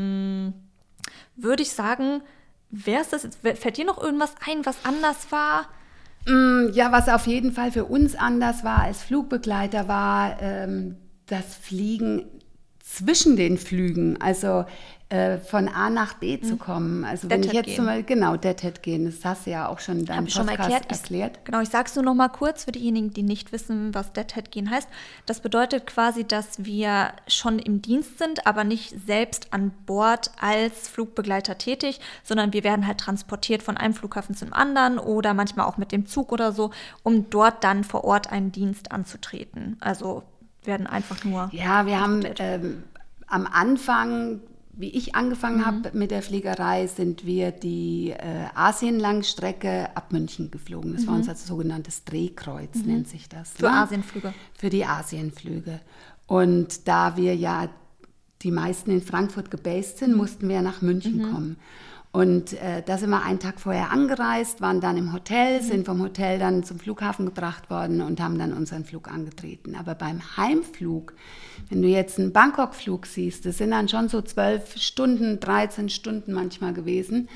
würde ich sagen, wer ist das jetzt? Fällt dir noch irgendwas ein, was anders war? Ja, was auf jeden Fall für uns anders war als Flugbegleiter, war das Fliegen zwischen den Flügen, also von A nach B zu kommen. Also wenn ich jetzt zum Beispiel, genau, Deadhead gehen, das hast du ja auch schon in deinem Podcast erklärt. Genau, ich sage es nur noch mal kurz für diejenigen, die nicht wissen, was Deadhead gehen heißt. Das bedeutet quasi, dass wir schon im Dienst sind, aber nicht selbst an Bord als Flugbegleiter tätig, sondern wir werden halt transportiert von einem Flughafen zum anderen oder manchmal auch mit dem Zug oder so, um dort dann vor Ort einen Dienst anzutreten. Also werden einfach nur... Ja, wir haben am Anfang, wie ich angefangen habe mit der Fliegerei, sind wir die Asien-Langstrecke ab München geflogen. Das war unser sogenanntes Drehkreuz, nennt sich das. Für Asienflüge. Für die Asienflüge. Und da wir ja die meisten in Frankfurt gebased sind, mussten wir nach München kommen. Und da sind wir einen Tag vorher angereist, waren dann im Hotel, sind vom Hotel dann zum Flughafen gebracht worden und haben dann unseren Flug angetreten. Aber beim Heimflug, wenn du jetzt einen Bangkok-Flug siehst, das sind dann schon so 12 Stunden, 13 Stunden manchmal gewesen.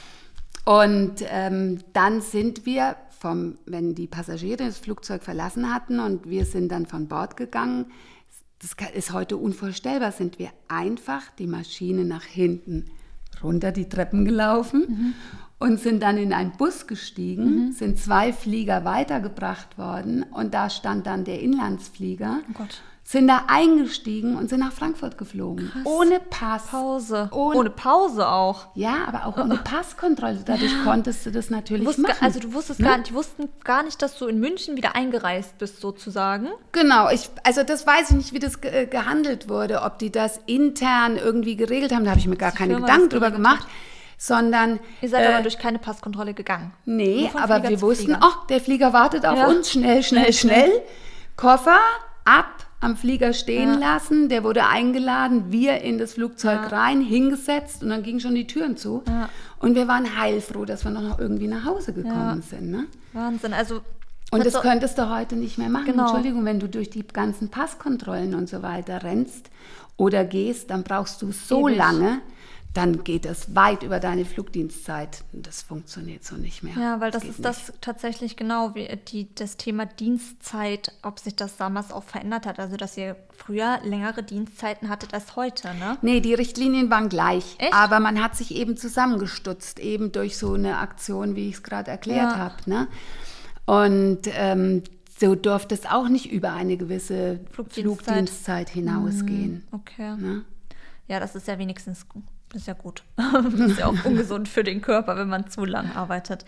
Und dann sind wir, wenn die Passagiere das Flugzeug verlassen hatten und wir sind dann von Bord gegangen, das ist heute unvorstellbar, sind wir einfach die Maschine nach hinten runter die Treppen gelaufen und sind dann in einen Bus gestiegen, sind 2 Flieger weitergebracht worden und da stand dann der Inlandsflieger, sind da eingestiegen und sind nach Frankfurt geflogen. Krass. Ohne Pass. Pause. Ohne Pause auch. Ja, aber auch ohne Passkontrolle. Dadurch konntest du das natürlich machen. Also du wusstest gar nicht, die wussten gar nicht, dass du in München wieder eingereist bist sozusagen. Genau, also das weiß ich nicht, wie das gehandelt wurde, ob die das intern irgendwie geregelt haben, da habe ich mir gar keine Gedanken drüber gemacht. Sondern... Ihr seid aber durch keine Passkontrolle gegangen. Nee, aber wir wussten, der Flieger wartet auf uns, schnell. Koffer ab, am Flieger stehen lassen, der wurde eingeladen, wir in das Flugzeug rein, hingesetzt und dann gingen schon die Türen zu. Ja. Und wir waren heilfroh, dass wir noch irgendwie nach Hause gekommen sind. Ne? Wahnsinn, also... Und das könntest du heute nicht mehr machen. Genau. Entschuldigung, wenn du durch die ganzen Passkontrollen und so weiter rennst oder gehst, dann brauchst du so lange, dann geht das weit über deine Flugdienstzeit. Das funktioniert so nicht mehr. Ja, weil das ist das tatsächlich genau, wie das Thema Dienstzeit, ob sich das damals auch verändert hat. Also, dass ihr früher längere Dienstzeiten hattet als heute, ne? Nee, die Richtlinien waren gleich. Echt? Aber man hat sich eben zusammengestutzt, eben durch so eine Aktion, wie ich es gerade erklärt habe, ne? Und so durfte es auch nicht über eine gewisse Flugdienstzeit hinausgehen. Okay. Ne? Ja, das ist ja wenigstens gut. Das ist ja gut. Das ist ja auch ungesund für den Körper, wenn man zu lang arbeitet.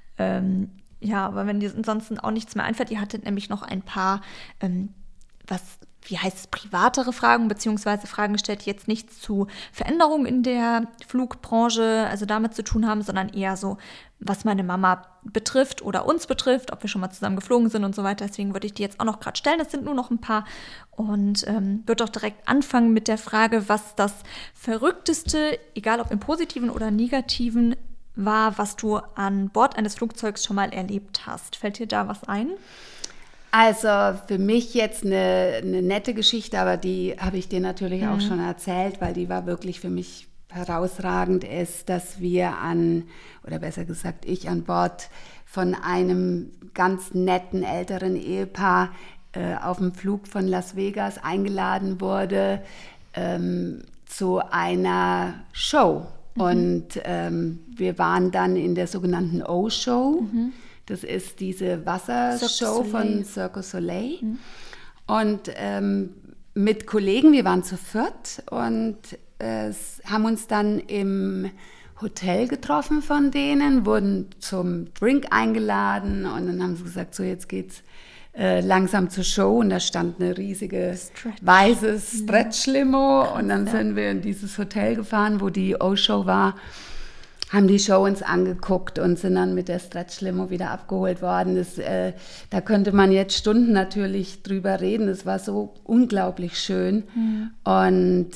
Ja, aber wenn dir ansonsten auch nichts mehr einfällt, ihr hattet nämlich noch ein paar, privatere Fragen, beziehungsweise Fragen gestellt, die jetzt nichts zu Veränderungen in der Flugbranche, also damit zu tun haben, sondern eher so, was meine Mama betrifft oder uns betrifft, ob wir schon mal zusammen geflogen sind und so weiter. Deswegen würde ich die jetzt auch noch gerade stellen. Das sind nur noch ein paar. Und würde auch direkt anfangen mit der Frage, was das Verrückteste, egal ob im Positiven oder Negativen, war, was du an Bord eines Flugzeugs schon mal erlebt hast. Fällt dir da was ein? Also für mich jetzt eine nette Geschichte, aber die habe ich dir natürlich auch schon erzählt, weil die war wirklich für mich herausragend, ist, dass wir ich an Bord von einem ganz netten älteren Ehepaar auf dem Flug von Las Vegas eingeladen wurde zu einer Show. Und wir waren dann in der sogenannten O-Show. Das ist diese Wassershow von Cirque du Soleil. Und mit Kollegen, wir waren zu 4 und haben uns dann im Hotel getroffen von denen, wurden zum Drink eingeladen und dann haben sie gesagt, so jetzt geht's langsam zur Show und da stand eine riesige weiße Stretch-Limo und dann sind wir in dieses Hotel gefahren, wo die O-Show war, haben die Show uns angeguckt und sind dann mit der Stretch-Limo wieder abgeholt worden. Da könnte man jetzt Stunden natürlich drüber reden. Es war so unglaublich schön. Und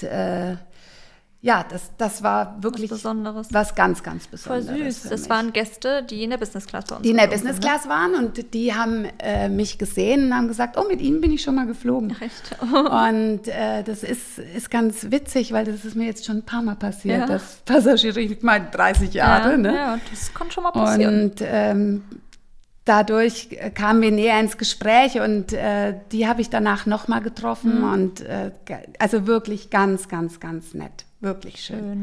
das war wirklich was ganz, ganz Besonderes. Voll süß. Das waren Gäste, die in der Business Class bei uns Die in der Business Class waren und die haben mich gesehen und haben gesagt, mit Ihnen bin ich schon mal geflogen. Echt? Und das ist ganz witzig, weil das ist mir jetzt schon ein paar Mal passiert, dass Passagiere, ich meine 30 Jahre. Ne? Ja, das kann schon mal passieren. Und dadurch kamen wir näher ins Gespräch und die habe ich danach nochmal getroffen und also wirklich ganz, ganz, ganz nett. Wirklich schön.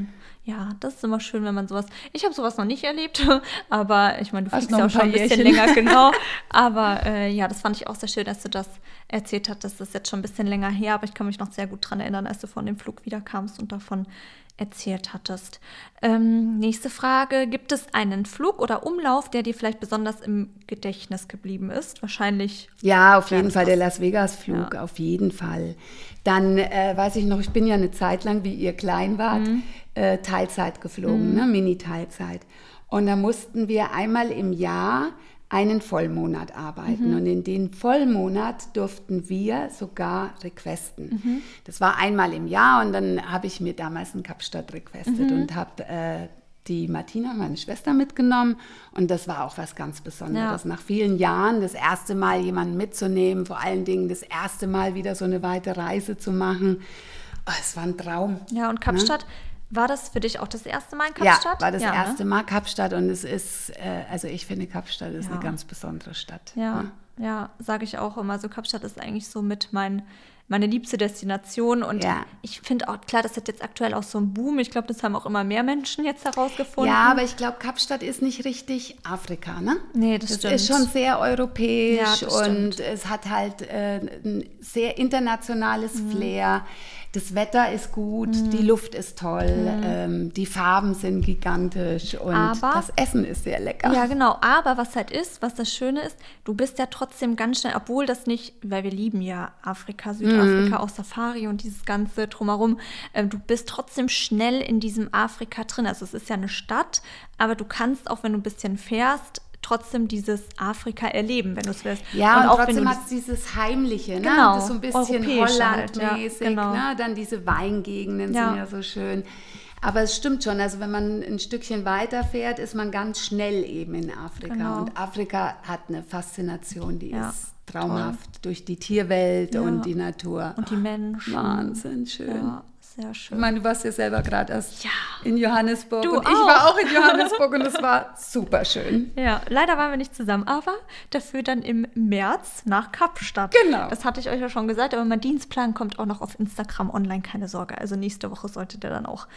Ja, das ist immer schön, wenn man sowas. Ich habe sowas noch nicht erlebt, aber ich meine, du fliegst ja auch schon ein bisschen länger, genau. Aber ja, das fand ich auch sehr schön, dass du das erzählt hast. Das ist jetzt schon ein bisschen länger her, aber ich kann mich noch sehr gut daran erinnern, als du von dem Flug wiederkamst und davon erzählt hattest. Nächste Frage. Gibt es einen Flug oder Umlauf, der dir vielleicht besonders im Gedächtnis geblieben ist? Wahrscheinlich. Ja, auf jeden Fall der Las Vegas-Flug, auf jeden Fall. Dann weiß ich noch, ich bin ja eine Zeit lang, wie ihr klein wart, Teilzeit geflogen, ne? Mini-Teilzeit. Und da mussten wir einmal im Jahr einen Vollmonat arbeiten. Und in den Vollmonat durften wir sogar requesten. Das war einmal im Jahr und dann habe ich mir damals in Kapstadt requestet und habe die Martina, meine Schwester, mitgenommen. Und das war auch was ganz Besonderes. Ja. Nach vielen Jahren das erste Mal jemanden mitzunehmen, vor allen Dingen das erste Mal wieder so eine weite Reise zu machen. Oh, es war ein Traum. Ja, und Kapstadt, war das für dich auch das erste Mal in Kapstadt? Ja, war das erste Mal Kapstadt und es ist, also ich finde, Kapstadt ist eine ganz besondere Stadt. Ja, sage ich auch immer. So Kapstadt ist eigentlich so mit meine liebste Destination und ich finde auch, klar, das hat jetzt aktuell auch so einen Boom. Ich glaube, das haben auch immer mehr Menschen jetzt herausgefunden. Ja, aber ich glaube, Kapstadt ist nicht richtig Afrika, ne? Nee, das stimmt. Es ist schon sehr europäisch und es hat halt ein sehr internationales Flair. Das Wetter ist gut, die Luft ist toll, die Farben sind gigantisch und das Essen ist sehr lecker. Ja, genau. Aber was halt ist, was das Schöne ist, du bist ja trotzdem ganz schnell, obwohl das nicht, weil wir lieben ja Afrika, Südafrika, auch Safari und dieses ganze Drumherum, du bist trotzdem schnell in diesem Afrika drin. Also es ist ja eine Stadt, aber du kannst auch, wenn du ein bisschen fährst, trotzdem dieses Afrika erleben, wenn du es willst. Ja, und auch trotzdem hat es dieses Heimliche, ne? Genau, das ist so ein bisschen Hollandmäßig, genau. Ne? Dann diese Weingegenden sind ja so schön. Aber es stimmt schon, also wenn man ein Stückchen weiter fährt, ist man ganz schnell eben in Afrika. Genau. Und Afrika hat eine Faszination, die ist traumhaft durch die Tierwelt und die Natur. Und die Menschen. Wahnsinn, schön. Ja. Sehr schön. Ich meine, du warst ja selber gerade erst in Johannesburg du und auch. Ich war auch in Johannesburg und es war super schön. Ja, leider waren wir nicht zusammen, aber dafür dann im März nach Kapstadt. Genau. Das hatte ich euch ja schon gesagt, aber mein Dienstplan kommt auch noch auf Instagram online, keine Sorge. Also nächste Woche sollte der dann auch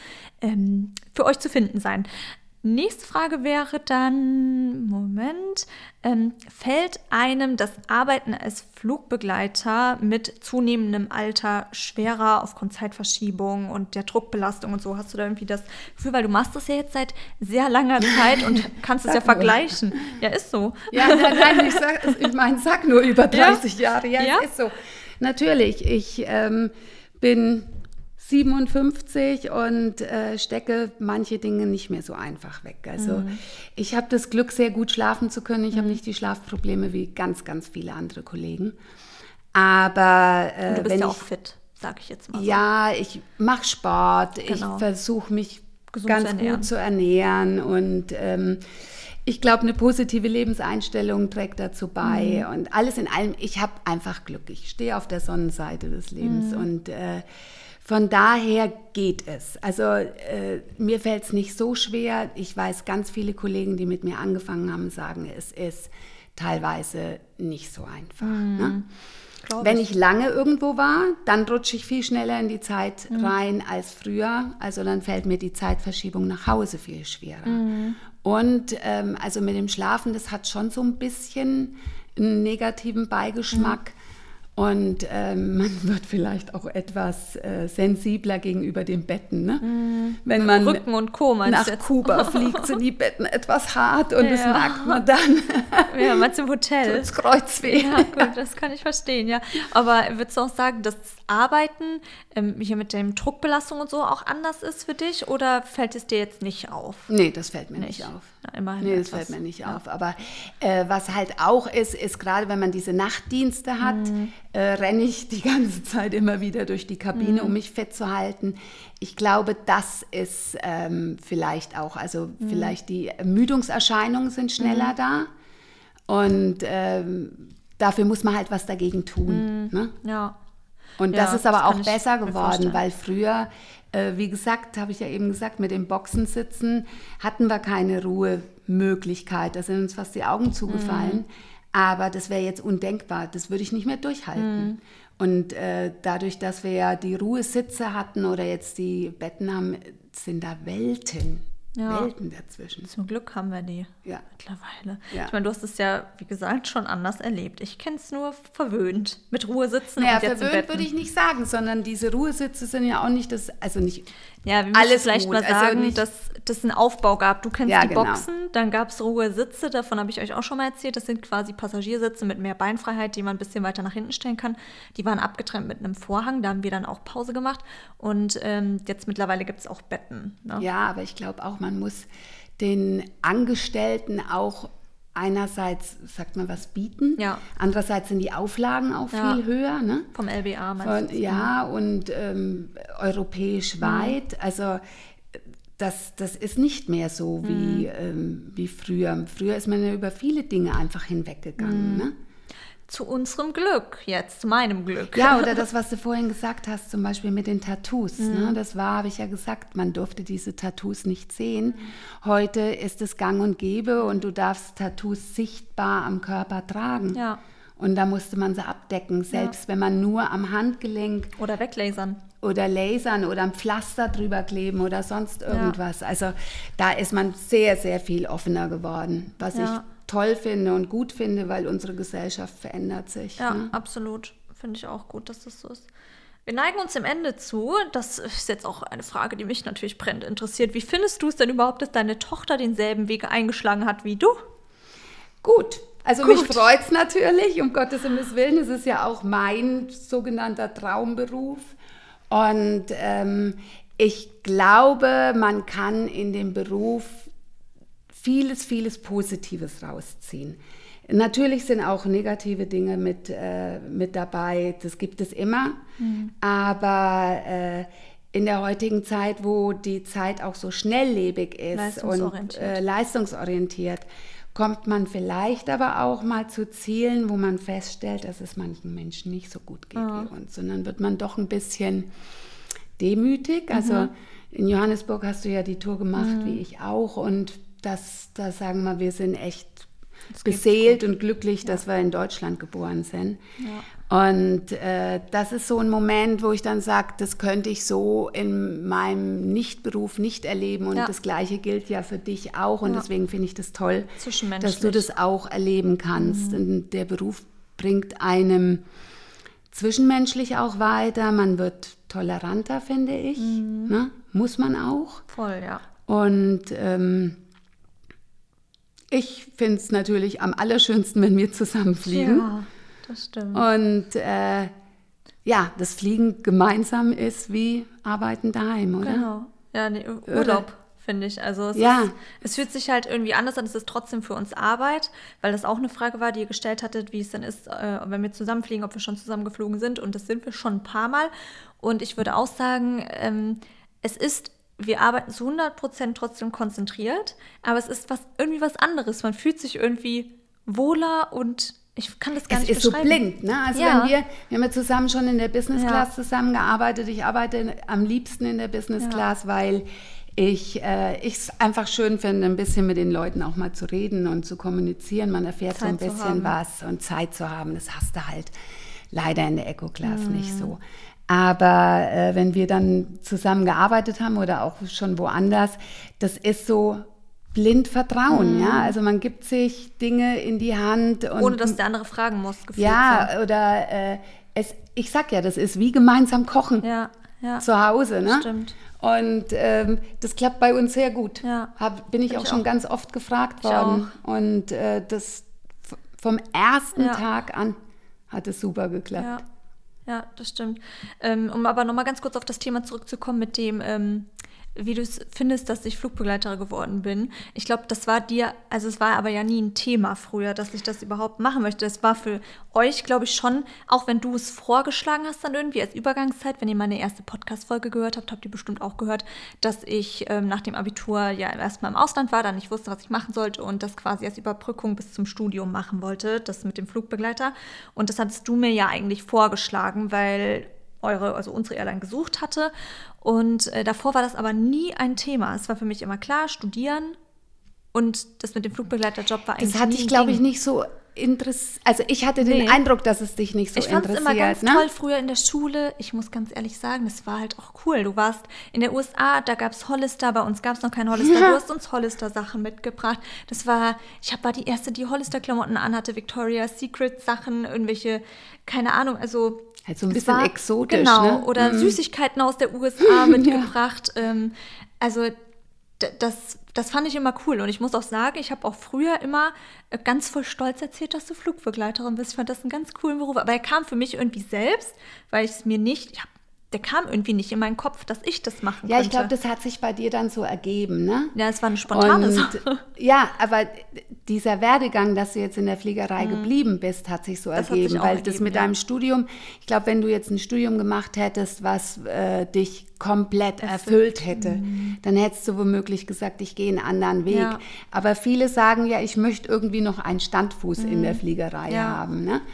für euch zu finden sein. Nächste Frage wäre dann, fällt einem das Arbeiten als Flugbegleiter mit zunehmendem Alter schwerer aufgrund Zeitverschiebung und der Druckbelastung und so? Hast du da irgendwie das Gefühl, weil du machst das ja jetzt seit sehr langer Zeit und kannst es ja vergleichen. Ja, ist so. Ja, nein, ich sag nur über 30 Jahre. Ja, es ist so. Natürlich, ich bin 57 und stecke manche Dinge nicht mehr so einfach weg. Also ich habe das Glück, sehr gut schlafen zu können. Ich habe nicht die Schlafprobleme wie ganz, ganz viele andere Kollegen. Aber und du bist ja auch fit, sage ich jetzt mal so. Ja, ich mache Sport. Genau. Ich versuche mich ganz gut zu ernähren und ich glaube, eine positive Lebenseinstellung trägt dazu bei. Und alles in allem, ich habe einfach Glück. Ich stehe auf der Sonnenseite des Lebens und von daher geht es. Also mir fällt es nicht so schwer. Ich weiß, ganz viele Kollegen, die mit mir angefangen haben, sagen, es ist teilweise nicht so einfach. Ne? Wenn ich lange irgendwo war, dann rutsche ich viel schneller in die Zeit rein als früher. Also dann fällt mir die Zeitverschiebung nach Hause viel schwerer. Und also mit dem Schlafen, das hat schon so ein bisschen einen negativen Beigeschmack. Und man wird vielleicht auch etwas sensibler gegenüber den Betten. Ne? Wenn man Rücken und Co. nach Kuba fliegt, sind die Betten etwas hart und das merkt man dann. Ja, mal zum Hotel. Das Kreuzweh. Ja, gut, das kann ich verstehen, ja. Aber würdest du auch sagen, dass das Arbeiten hier mit der Druckbelastung und so auch anders ist für dich oder fällt es dir jetzt nicht auf? Nee, das fällt mir nicht auf. Na, immerhin nee, das fällt mir nicht auf. Aber was halt auch ist gerade wenn man diese Nachtdienste hat, renne ich die ganze Zeit immer wieder durch die Kabine, um mich fit zu halten. Ich glaube, das ist vielleicht auch, also vielleicht die Ermüdungserscheinungen sind schneller da und dafür muss man halt was dagegen tun. Ne? Ja. Und das ist aber auch besser geworden, weil früher, wie gesagt, habe ich ja eben gesagt, mit dem Boxensitzen hatten wir keine Ruhemöglichkeit. Da sind uns fast die Augen zugefallen. Aber das wäre jetzt undenkbar. Das würde ich nicht mehr durchhalten. Und dadurch, dass wir ja die Ruhesitze hatten oder jetzt die Betten haben, sind da Welten dazwischen. Zum Glück haben wir die mittlerweile. Ja. Ich meine, du hast es ja, wie gesagt, schon anders erlebt. Ich kenne es nur verwöhnt, mit Ruhesitzen Naja, und jetzt verwöhnt würde ich nicht sagen, sondern diese Ruhesitze sind ja auch nicht das, also nicht ja, wir müssen alles vielleicht gut. mal sagen, also nicht, dass es einen Aufbau gab. Du kennst Ja, die genau. Boxen, dann gab es Ruhesitze, davon habe ich euch auch schon mal erzählt. Das sind quasi Passagiersitze mit mehr Beinfreiheit, die man ein bisschen weiter nach hinten stellen kann. Die waren abgetrennt mit einem Vorhang, da haben wir dann auch Pause gemacht. Und jetzt mittlerweile gibt es auch Betten. Ne? Ja, aber ich glaube auch, man muss den Angestellten auch einerseits, sagt man, was bieten. Ja. Andererseits sind die Auflagen auch viel höher. Ne? Vom LBA meinst du? Ja, und europäisch weit. Also das ist nicht mehr so wie früher. Früher ist man ja über viele Dinge einfach hinweggegangen. Ne? Zu unserem Glück jetzt, zu meinem Glück. Ja, oder das, was du vorhin gesagt hast, zum Beispiel mit den Tattoos. Ne? Das war, habe ich ja gesagt, man durfte diese Tattoos nicht sehen. Heute ist es gang und gäbe und du darfst Tattoos sichtbar am Körper tragen. Ja. Und da musste man sie abdecken, selbst wenn man nur am Handgelenk Oder weglasern. oder lasern oder ein Pflaster drüber kleben oder sonst irgendwas. Also da ist man sehr, sehr viel offener geworden, was ich toll finde und gut finde, weil unsere Gesellschaft verändert sich. Ja, ne? absolut. Finde ich auch gut, dass das so ist. Wir neigen uns dem Ende zu. Das ist jetzt auch eine Frage, die mich natürlich brennend interessiert. Wie findest du es denn überhaupt, dass deine Tochter denselben Weg eingeschlagen hat wie du? Gut. Also mich freut es natürlich, um Gottes Willen. Es ist ja auch mein sogenannter Traumberuf. Und ich glaube, man kann in dem Beruf vieles Positives rausziehen. Natürlich sind auch negative Dinge mit dabei, das gibt es immer. Aber in der heutigen Zeit, wo die Zeit auch so schnelllebig ist und leistungsorientiert, kommt man vielleicht aber auch mal zu Zielen, wo man feststellt, dass es manchen Menschen nicht so gut geht wie uns. Und dann wird man doch ein bisschen demütig. Also in Johannesburg hast du ja die Tour gemacht, wie ich auch. Und da sagen wir, wir sind echt beseelt und glücklich, dass wir in Deutschland geboren sind. Ja. Und das ist so ein Moment, wo ich dann sage, das könnte ich so in meinem Nichtberuf nicht erleben. Und das Gleiche gilt ja für dich auch. Und deswegen finde ich das toll, dass du das auch erleben kannst. Und der Beruf bringt einem zwischenmenschlich auch weiter. Man wird toleranter, finde ich. Ne? Muss man auch. Voll, ja. Und ich finde es natürlich am allerschönsten, wenn wir zusammen fliegen. Ja, das stimmt. Und das Fliegen gemeinsam ist wie Arbeiten daheim, oder? Genau. Ja, nee, Urlaub, finde ich. Also es fühlt sich halt irgendwie anders an. Es ist trotzdem für uns Arbeit, weil das auch eine Frage war, die ihr gestellt hattet, wie es denn ist, wenn wir zusammenfliegen, ob wir schon zusammen geflogen sind. Und das sind wir schon ein paar Mal. Und ich würde auch sagen, wir arbeiten zu 100% trotzdem konzentriert, aber es ist irgendwie was anderes. Man fühlt sich irgendwie wohler und ich kann das gar nicht beschreiben. Es ist so blind, ne? Also wenn wir haben ja zusammen schon in der Business Class zusammengearbeitet. Ich arbeite am liebsten in der Business Class, weil ich es einfach schön finde, ein bisschen mit den Leuten auch mal zu reden und zu kommunizieren. Man erfährt so ein bisschen was und Zeit zu haben. Das hast du halt leider in der Eco-Class nicht so. Aber wenn wir dann zusammen gearbeitet haben oder auch schon woanders, das ist so blind Vertrauen, ja. Also man gibt sich Dinge in die Hand. Und, ohne dass der andere fragen muss. Oder ich sag ja, das ist wie gemeinsam kochen zu Hause. Ne? Stimmt. Und das klappt bei uns sehr gut. Ja. Bin ich auch schon ganz oft gefragt worden. Und das vom ersten Tag an hat es super geklappt. Ja, das stimmt. Um aber nochmal ganz kurz auf das Thema zurückzukommen mit dem, wie du es findest, dass ich Flugbegleiterin geworden bin. Ich glaube, es war aber ja nie ein Thema früher, dass ich das überhaupt machen möchte. Das war für euch, glaube ich, schon, auch wenn du es vorgeschlagen hast dann irgendwie als Übergangszeit, wenn ihr meine erste Podcast-Folge gehört habt, habt ihr bestimmt auch gehört, dass ich nach dem Abitur ja erstmal im Ausland war, dann nicht wusste, was ich machen sollte und das quasi als Überbrückung bis zum Studium machen wollte, das mit dem Flugbegleiter. Und das hattest du mir ja eigentlich vorgeschlagen, weil unsere Airline gesucht hatte. Und davor war das aber nie ein Thema. Es war für mich immer klar, studieren und das mit dem Flugbegleiterjob war eigentlich das hatte ich, glaube ich, nicht so also ich hatte den Eindruck, dass es dich nicht so interessiert. Ich fand es immer ganz toll früher in der Schule. Ich muss ganz ehrlich sagen, das war halt auch cool. Du warst in der USA, da gab es Hollister, bei uns gab es noch kein Hollister. Du hast uns Hollister-Sachen mitgebracht. Ich war die Erste, die Hollister-Klamotten anhatte, Victoria's Secret-Sachen, irgendwelche, keine Ahnung, also... Halt so ein bisschen exotisch, genau, ne? Oder Süßigkeiten aus der USA mitgebracht. Also das fand ich immer cool. Und ich muss auch sagen, ich habe auch früher immer ganz voll stolz erzählt, dass du Flugbegleiterin bist. Ich fand das einen ganz coolen Beruf. Aber er kam für mich irgendwie selbst, weil ich es mir nicht... Der kam irgendwie nicht in meinen Kopf, dass ich das machen könnte. Ja, ich glaube, das hat sich bei dir dann so ergeben, ne? Ja, es war eine spontane Sache. Ja, aber dieser Werdegang, dass du jetzt in der Fliegerei geblieben bist, hat sich so ergeben. Weil das mit deinem Studium, ich glaube, wenn du jetzt ein Studium gemacht hättest, was dich komplett erfüllt hätte, dann hättest du womöglich gesagt, ich gehe einen anderen Weg. Ja. Aber viele sagen ja, ich möchte irgendwie noch einen Standfuß in der Fliegerei haben, ne?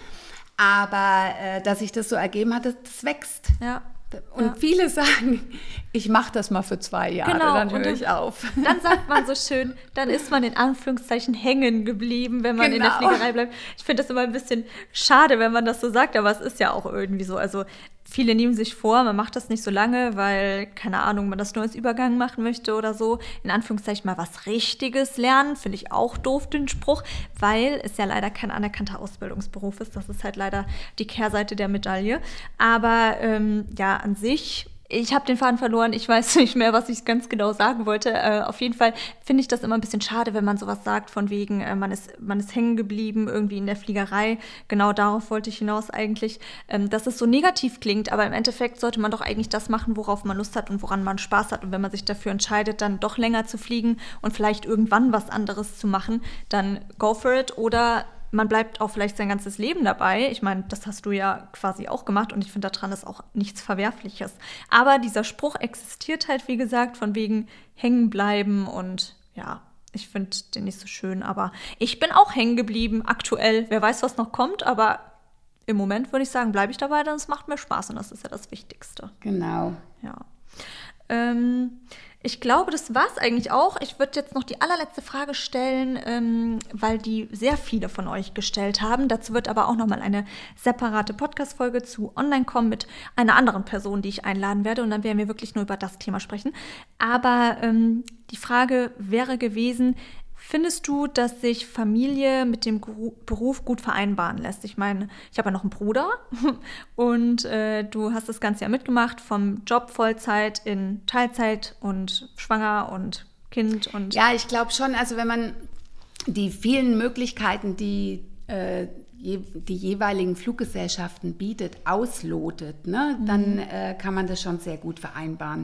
Aber dass sich das so ergeben hat, das wächst. Ja. Und viele sagen, ich mache das mal für 2 Jahre, dann höre ich auf. Dann sagt man so schön, dann ist man in Anführungszeichen hängen geblieben, wenn man in der Fliegerei bleibt. Ich finde das immer ein bisschen schade, wenn man das so sagt, aber es ist ja auch irgendwie so. Also viele nehmen sich vor, man macht das nicht so lange, weil, keine Ahnung, man das nur als Übergang machen möchte oder so. In Anführungszeichen mal was Richtiges lernen, finde ich auch doof, den Spruch, weil es ja leider kein anerkannter Ausbildungsberuf ist. Das ist halt leider die Kehrseite der Medaille. Aber an sich... Ich habe den Faden verloren, ich weiß nicht mehr, was ich ganz genau sagen wollte. Auf jeden Fall finde ich das immer ein bisschen schade, wenn man sowas sagt, von wegen, man ist hängen geblieben irgendwie in der Fliegerei. Genau darauf wollte ich hinaus eigentlich, dass es so negativ klingt. Aber im Endeffekt sollte man doch eigentlich das machen, worauf man Lust hat und woran man Spaß hat. Und wenn man sich dafür entscheidet, dann doch länger zu fliegen und vielleicht irgendwann was anderes zu machen, dann go for it. Oder man bleibt auch vielleicht sein ganzes Leben dabei. Ich meine, das hast du ja quasi auch gemacht und ich finde, daran ist auch nichts Verwerfliches. Aber dieser Spruch existiert halt, wie gesagt, von wegen hängen bleiben und ja, ich finde den nicht so schön. Aber ich bin auch hängen geblieben aktuell. Wer weiß, was noch kommt, aber im Moment würde ich sagen, bleibe ich dabei, denn es macht mir Spaß und das ist ja das Wichtigste. Genau. Ja. Ich glaube, das war es eigentlich auch. Ich würde jetzt noch die allerletzte Frage stellen, weil die sehr viele von euch gestellt haben. Dazu wird aber auch nochmal eine separate Podcast-Folge zu online kommen mit einer anderen Person, die ich einladen werde. Und dann werden wir wirklich nur über das Thema sprechen. Aber die Frage wäre gewesen, findest du, dass sich Familie mit dem Beruf gut vereinbaren lässt? Ich meine, ich habe ja noch einen Bruder und du hast das Ganze ja mitgemacht, vom Job Vollzeit in Teilzeit und schwanger und Kind. Und ja, ich glaube schon, also wenn man die vielen Möglichkeiten, die die jeweiligen Fluggesellschaften bietet, auslotet, ne, dann kann man das schon sehr gut vereinbaren.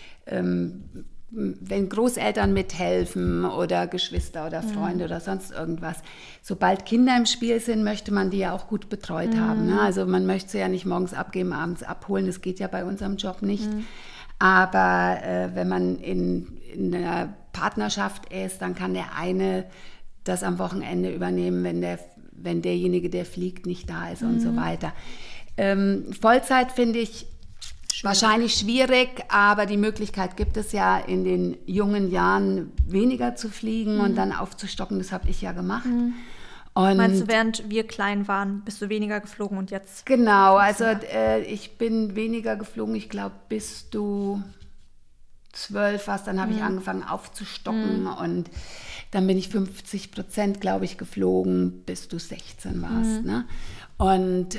Wenn Großeltern mithelfen oder Geschwister oder Freunde oder sonst irgendwas. Sobald Kinder im Spiel sind, möchte man die ja auch gut betreut haben. Ne? Also man möchte sie ja nicht morgens abgeben, abends abholen. Das geht ja bei unserem Job nicht. Aber wenn man in einer Partnerschaft ist, dann kann der eine das am Wochenende übernehmen, wenn derjenige, der fliegt, nicht da ist und so weiter. Vollzeit finde ich wahrscheinlich schwierig, aber die Möglichkeit gibt es ja, in den jungen Jahren weniger zu fliegen und dann aufzustocken. Das habe ich ja gemacht. Und meinst du, während wir klein waren, bist du weniger geflogen und jetzt? Genau, also ich bin weniger geflogen. Ich glaube, bis du 12 warst, dann habe ich angefangen aufzustocken und dann bin ich 50%, glaube ich, geflogen, bis du 16 warst. Ne? Und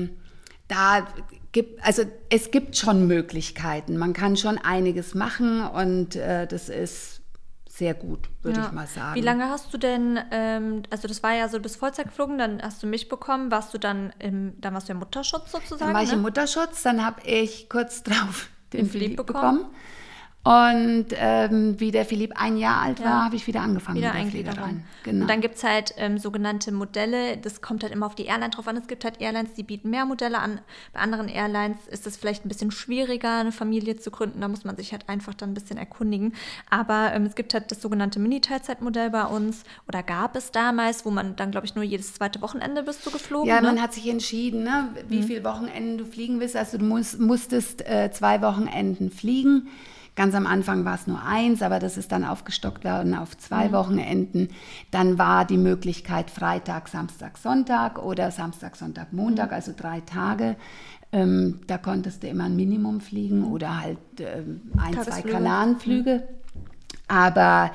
es gibt schon Möglichkeiten. Man kann schon einiges machen und das ist sehr gut, würde ich mal sagen. Wie lange hast du denn, also das war ja so, du bist Vollzeit geflogen, dann hast du mich bekommen, warst du dann warst du im Mutterschutz sozusagen? Dann war ich im Mutterschutz, dann habe ich kurz drauf den Philipp bekommen. Und wie der Philipp 1 Jahr alt war, habe ich wieder angefangen mit der Fliegerei. Genau. Und dann gibt es halt sogenannte Modelle, das kommt halt immer auf die Airline drauf an. Es gibt halt Airlines, die bieten mehr Modelle an. Bei anderen Airlines ist es vielleicht ein bisschen schwieriger, eine Familie zu gründen. Da muss man sich halt einfach dann ein bisschen erkundigen. Aber es gibt halt das sogenannte Mini-Teilzeitmodell bei uns. Oder gab es damals, wo man dann, glaube ich, nur jedes zweite Wochenende bist du geflogen. Ja, ne? Man hat sich entschieden, ne, wie viele Wochenenden du fliegen willst. Also du musstest 2 Wochenenden fliegen. Ganz am Anfang war es nur 1, aber das ist dann aufgestockt worden auf 2 Wochenenden. Dann war die Möglichkeit Freitag, Samstag, Sonntag oder Samstag, Sonntag, Montag, also 3 Tage. Da konntest du immer ein Minimum fliegen oder halt 1, 2 Kanariflüge. Aber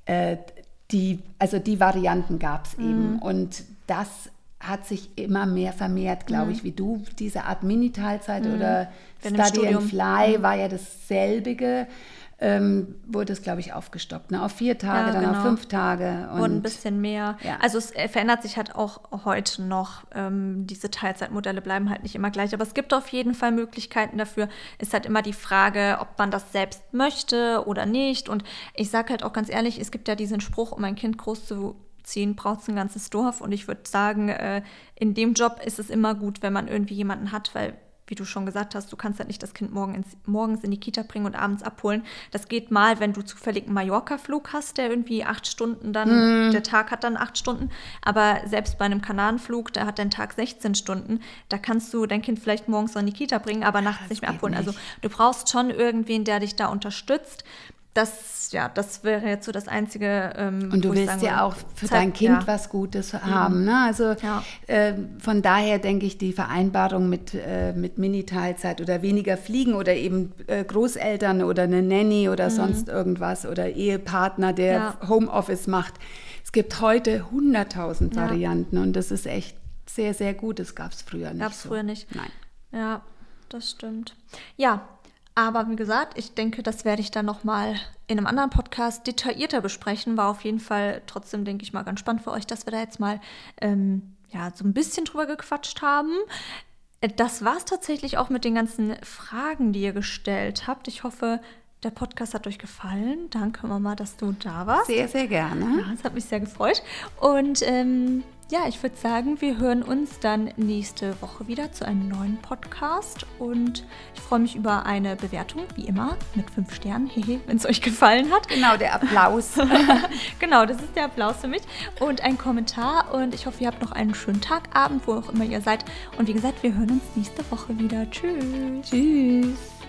die Varianten gab es eben. Und das hat sich immer mehr vermehrt, glaube ich, wie du. Diese Art Mini-Teilzeit oder Study and Fly war ja dasselbige. Wurde es, glaube ich, aufgestockt. Ne? Auf 4 Tage, dann auf 5 Tage. Und ein bisschen mehr. Ja. Also es verändert sich halt auch heute noch. Diese Teilzeitmodelle bleiben halt nicht immer gleich. Aber es gibt auf jeden Fall Möglichkeiten dafür. Ist halt immer die Frage, ob man das selbst möchte oder nicht. Und ich sage halt auch ganz ehrlich, es gibt ja diesen Spruch, um ein Kind großzuziehen, braucht es ein ganzes Dorf. Und ich würde sagen, in dem Job ist es immer gut, wenn man irgendwie jemanden hat, weil, wie du schon gesagt hast, du kannst halt nicht das Kind morgens in die Kita bringen und abends abholen. Das geht mal, wenn du zufällig einen Mallorca-Flug hast, der irgendwie 8 Stunden dann, der Tag hat dann 8 Stunden. Aber selbst bei einem Kanarenflug, da hat dein Tag 16 Stunden. Da kannst du dein Kind vielleicht morgens noch in die Kita bringen, aber nachts nicht mehr abholen. Nicht. Also du brauchst schon irgendwen, der dich da unterstützt. Das wäre jetzt so das Einzige, und du willst ja auch für dein Kind was Gutes haben. Ne? Also von daher denke ich, die Vereinbarung mit Mini-Teilzeit oder weniger Fliegen oder eben Großeltern oder eine Nanny oder sonst irgendwas oder Ehepartner, der Homeoffice macht. Es gibt heute 100.000 Varianten und das ist echt sehr, sehr gut. Das gab es früher nicht. Früher nicht. Nein. Ja, das stimmt. Ja. Aber wie gesagt, ich denke, das werde ich dann nochmal in einem anderen Podcast detaillierter besprechen. War auf jeden Fall trotzdem, denke ich mal, ganz spannend für euch, dass wir da jetzt mal so ein bisschen drüber gequatscht haben. Das war es tatsächlich auch mit den ganzen Fragen, die ihr gestellt habt. Ich hoffe, der Podcast hat euch gefallen. Danke, Mama, dass du da warst. Sehr, sehr gerne. Ja, das hat mich sehr gefreut. Und ich würde sagen, wir hören uns dann nächste Woche wieder zu einem neuen Podcast. Und ich freue mich über eine Bewertung, wie immer, mit 5 Sternen, wenn es euch gefallen hat. Genau, der Applaus. Genau, das ist der Applaus für mich. Und ein Kommentar. Und ich hoffe, ihr habt noch einen schönen Tag, Abend, wo auch immer ihr seid. Und wie gesagt, wir hören uns nächste Woche wieder. Tschüss. Tschüss.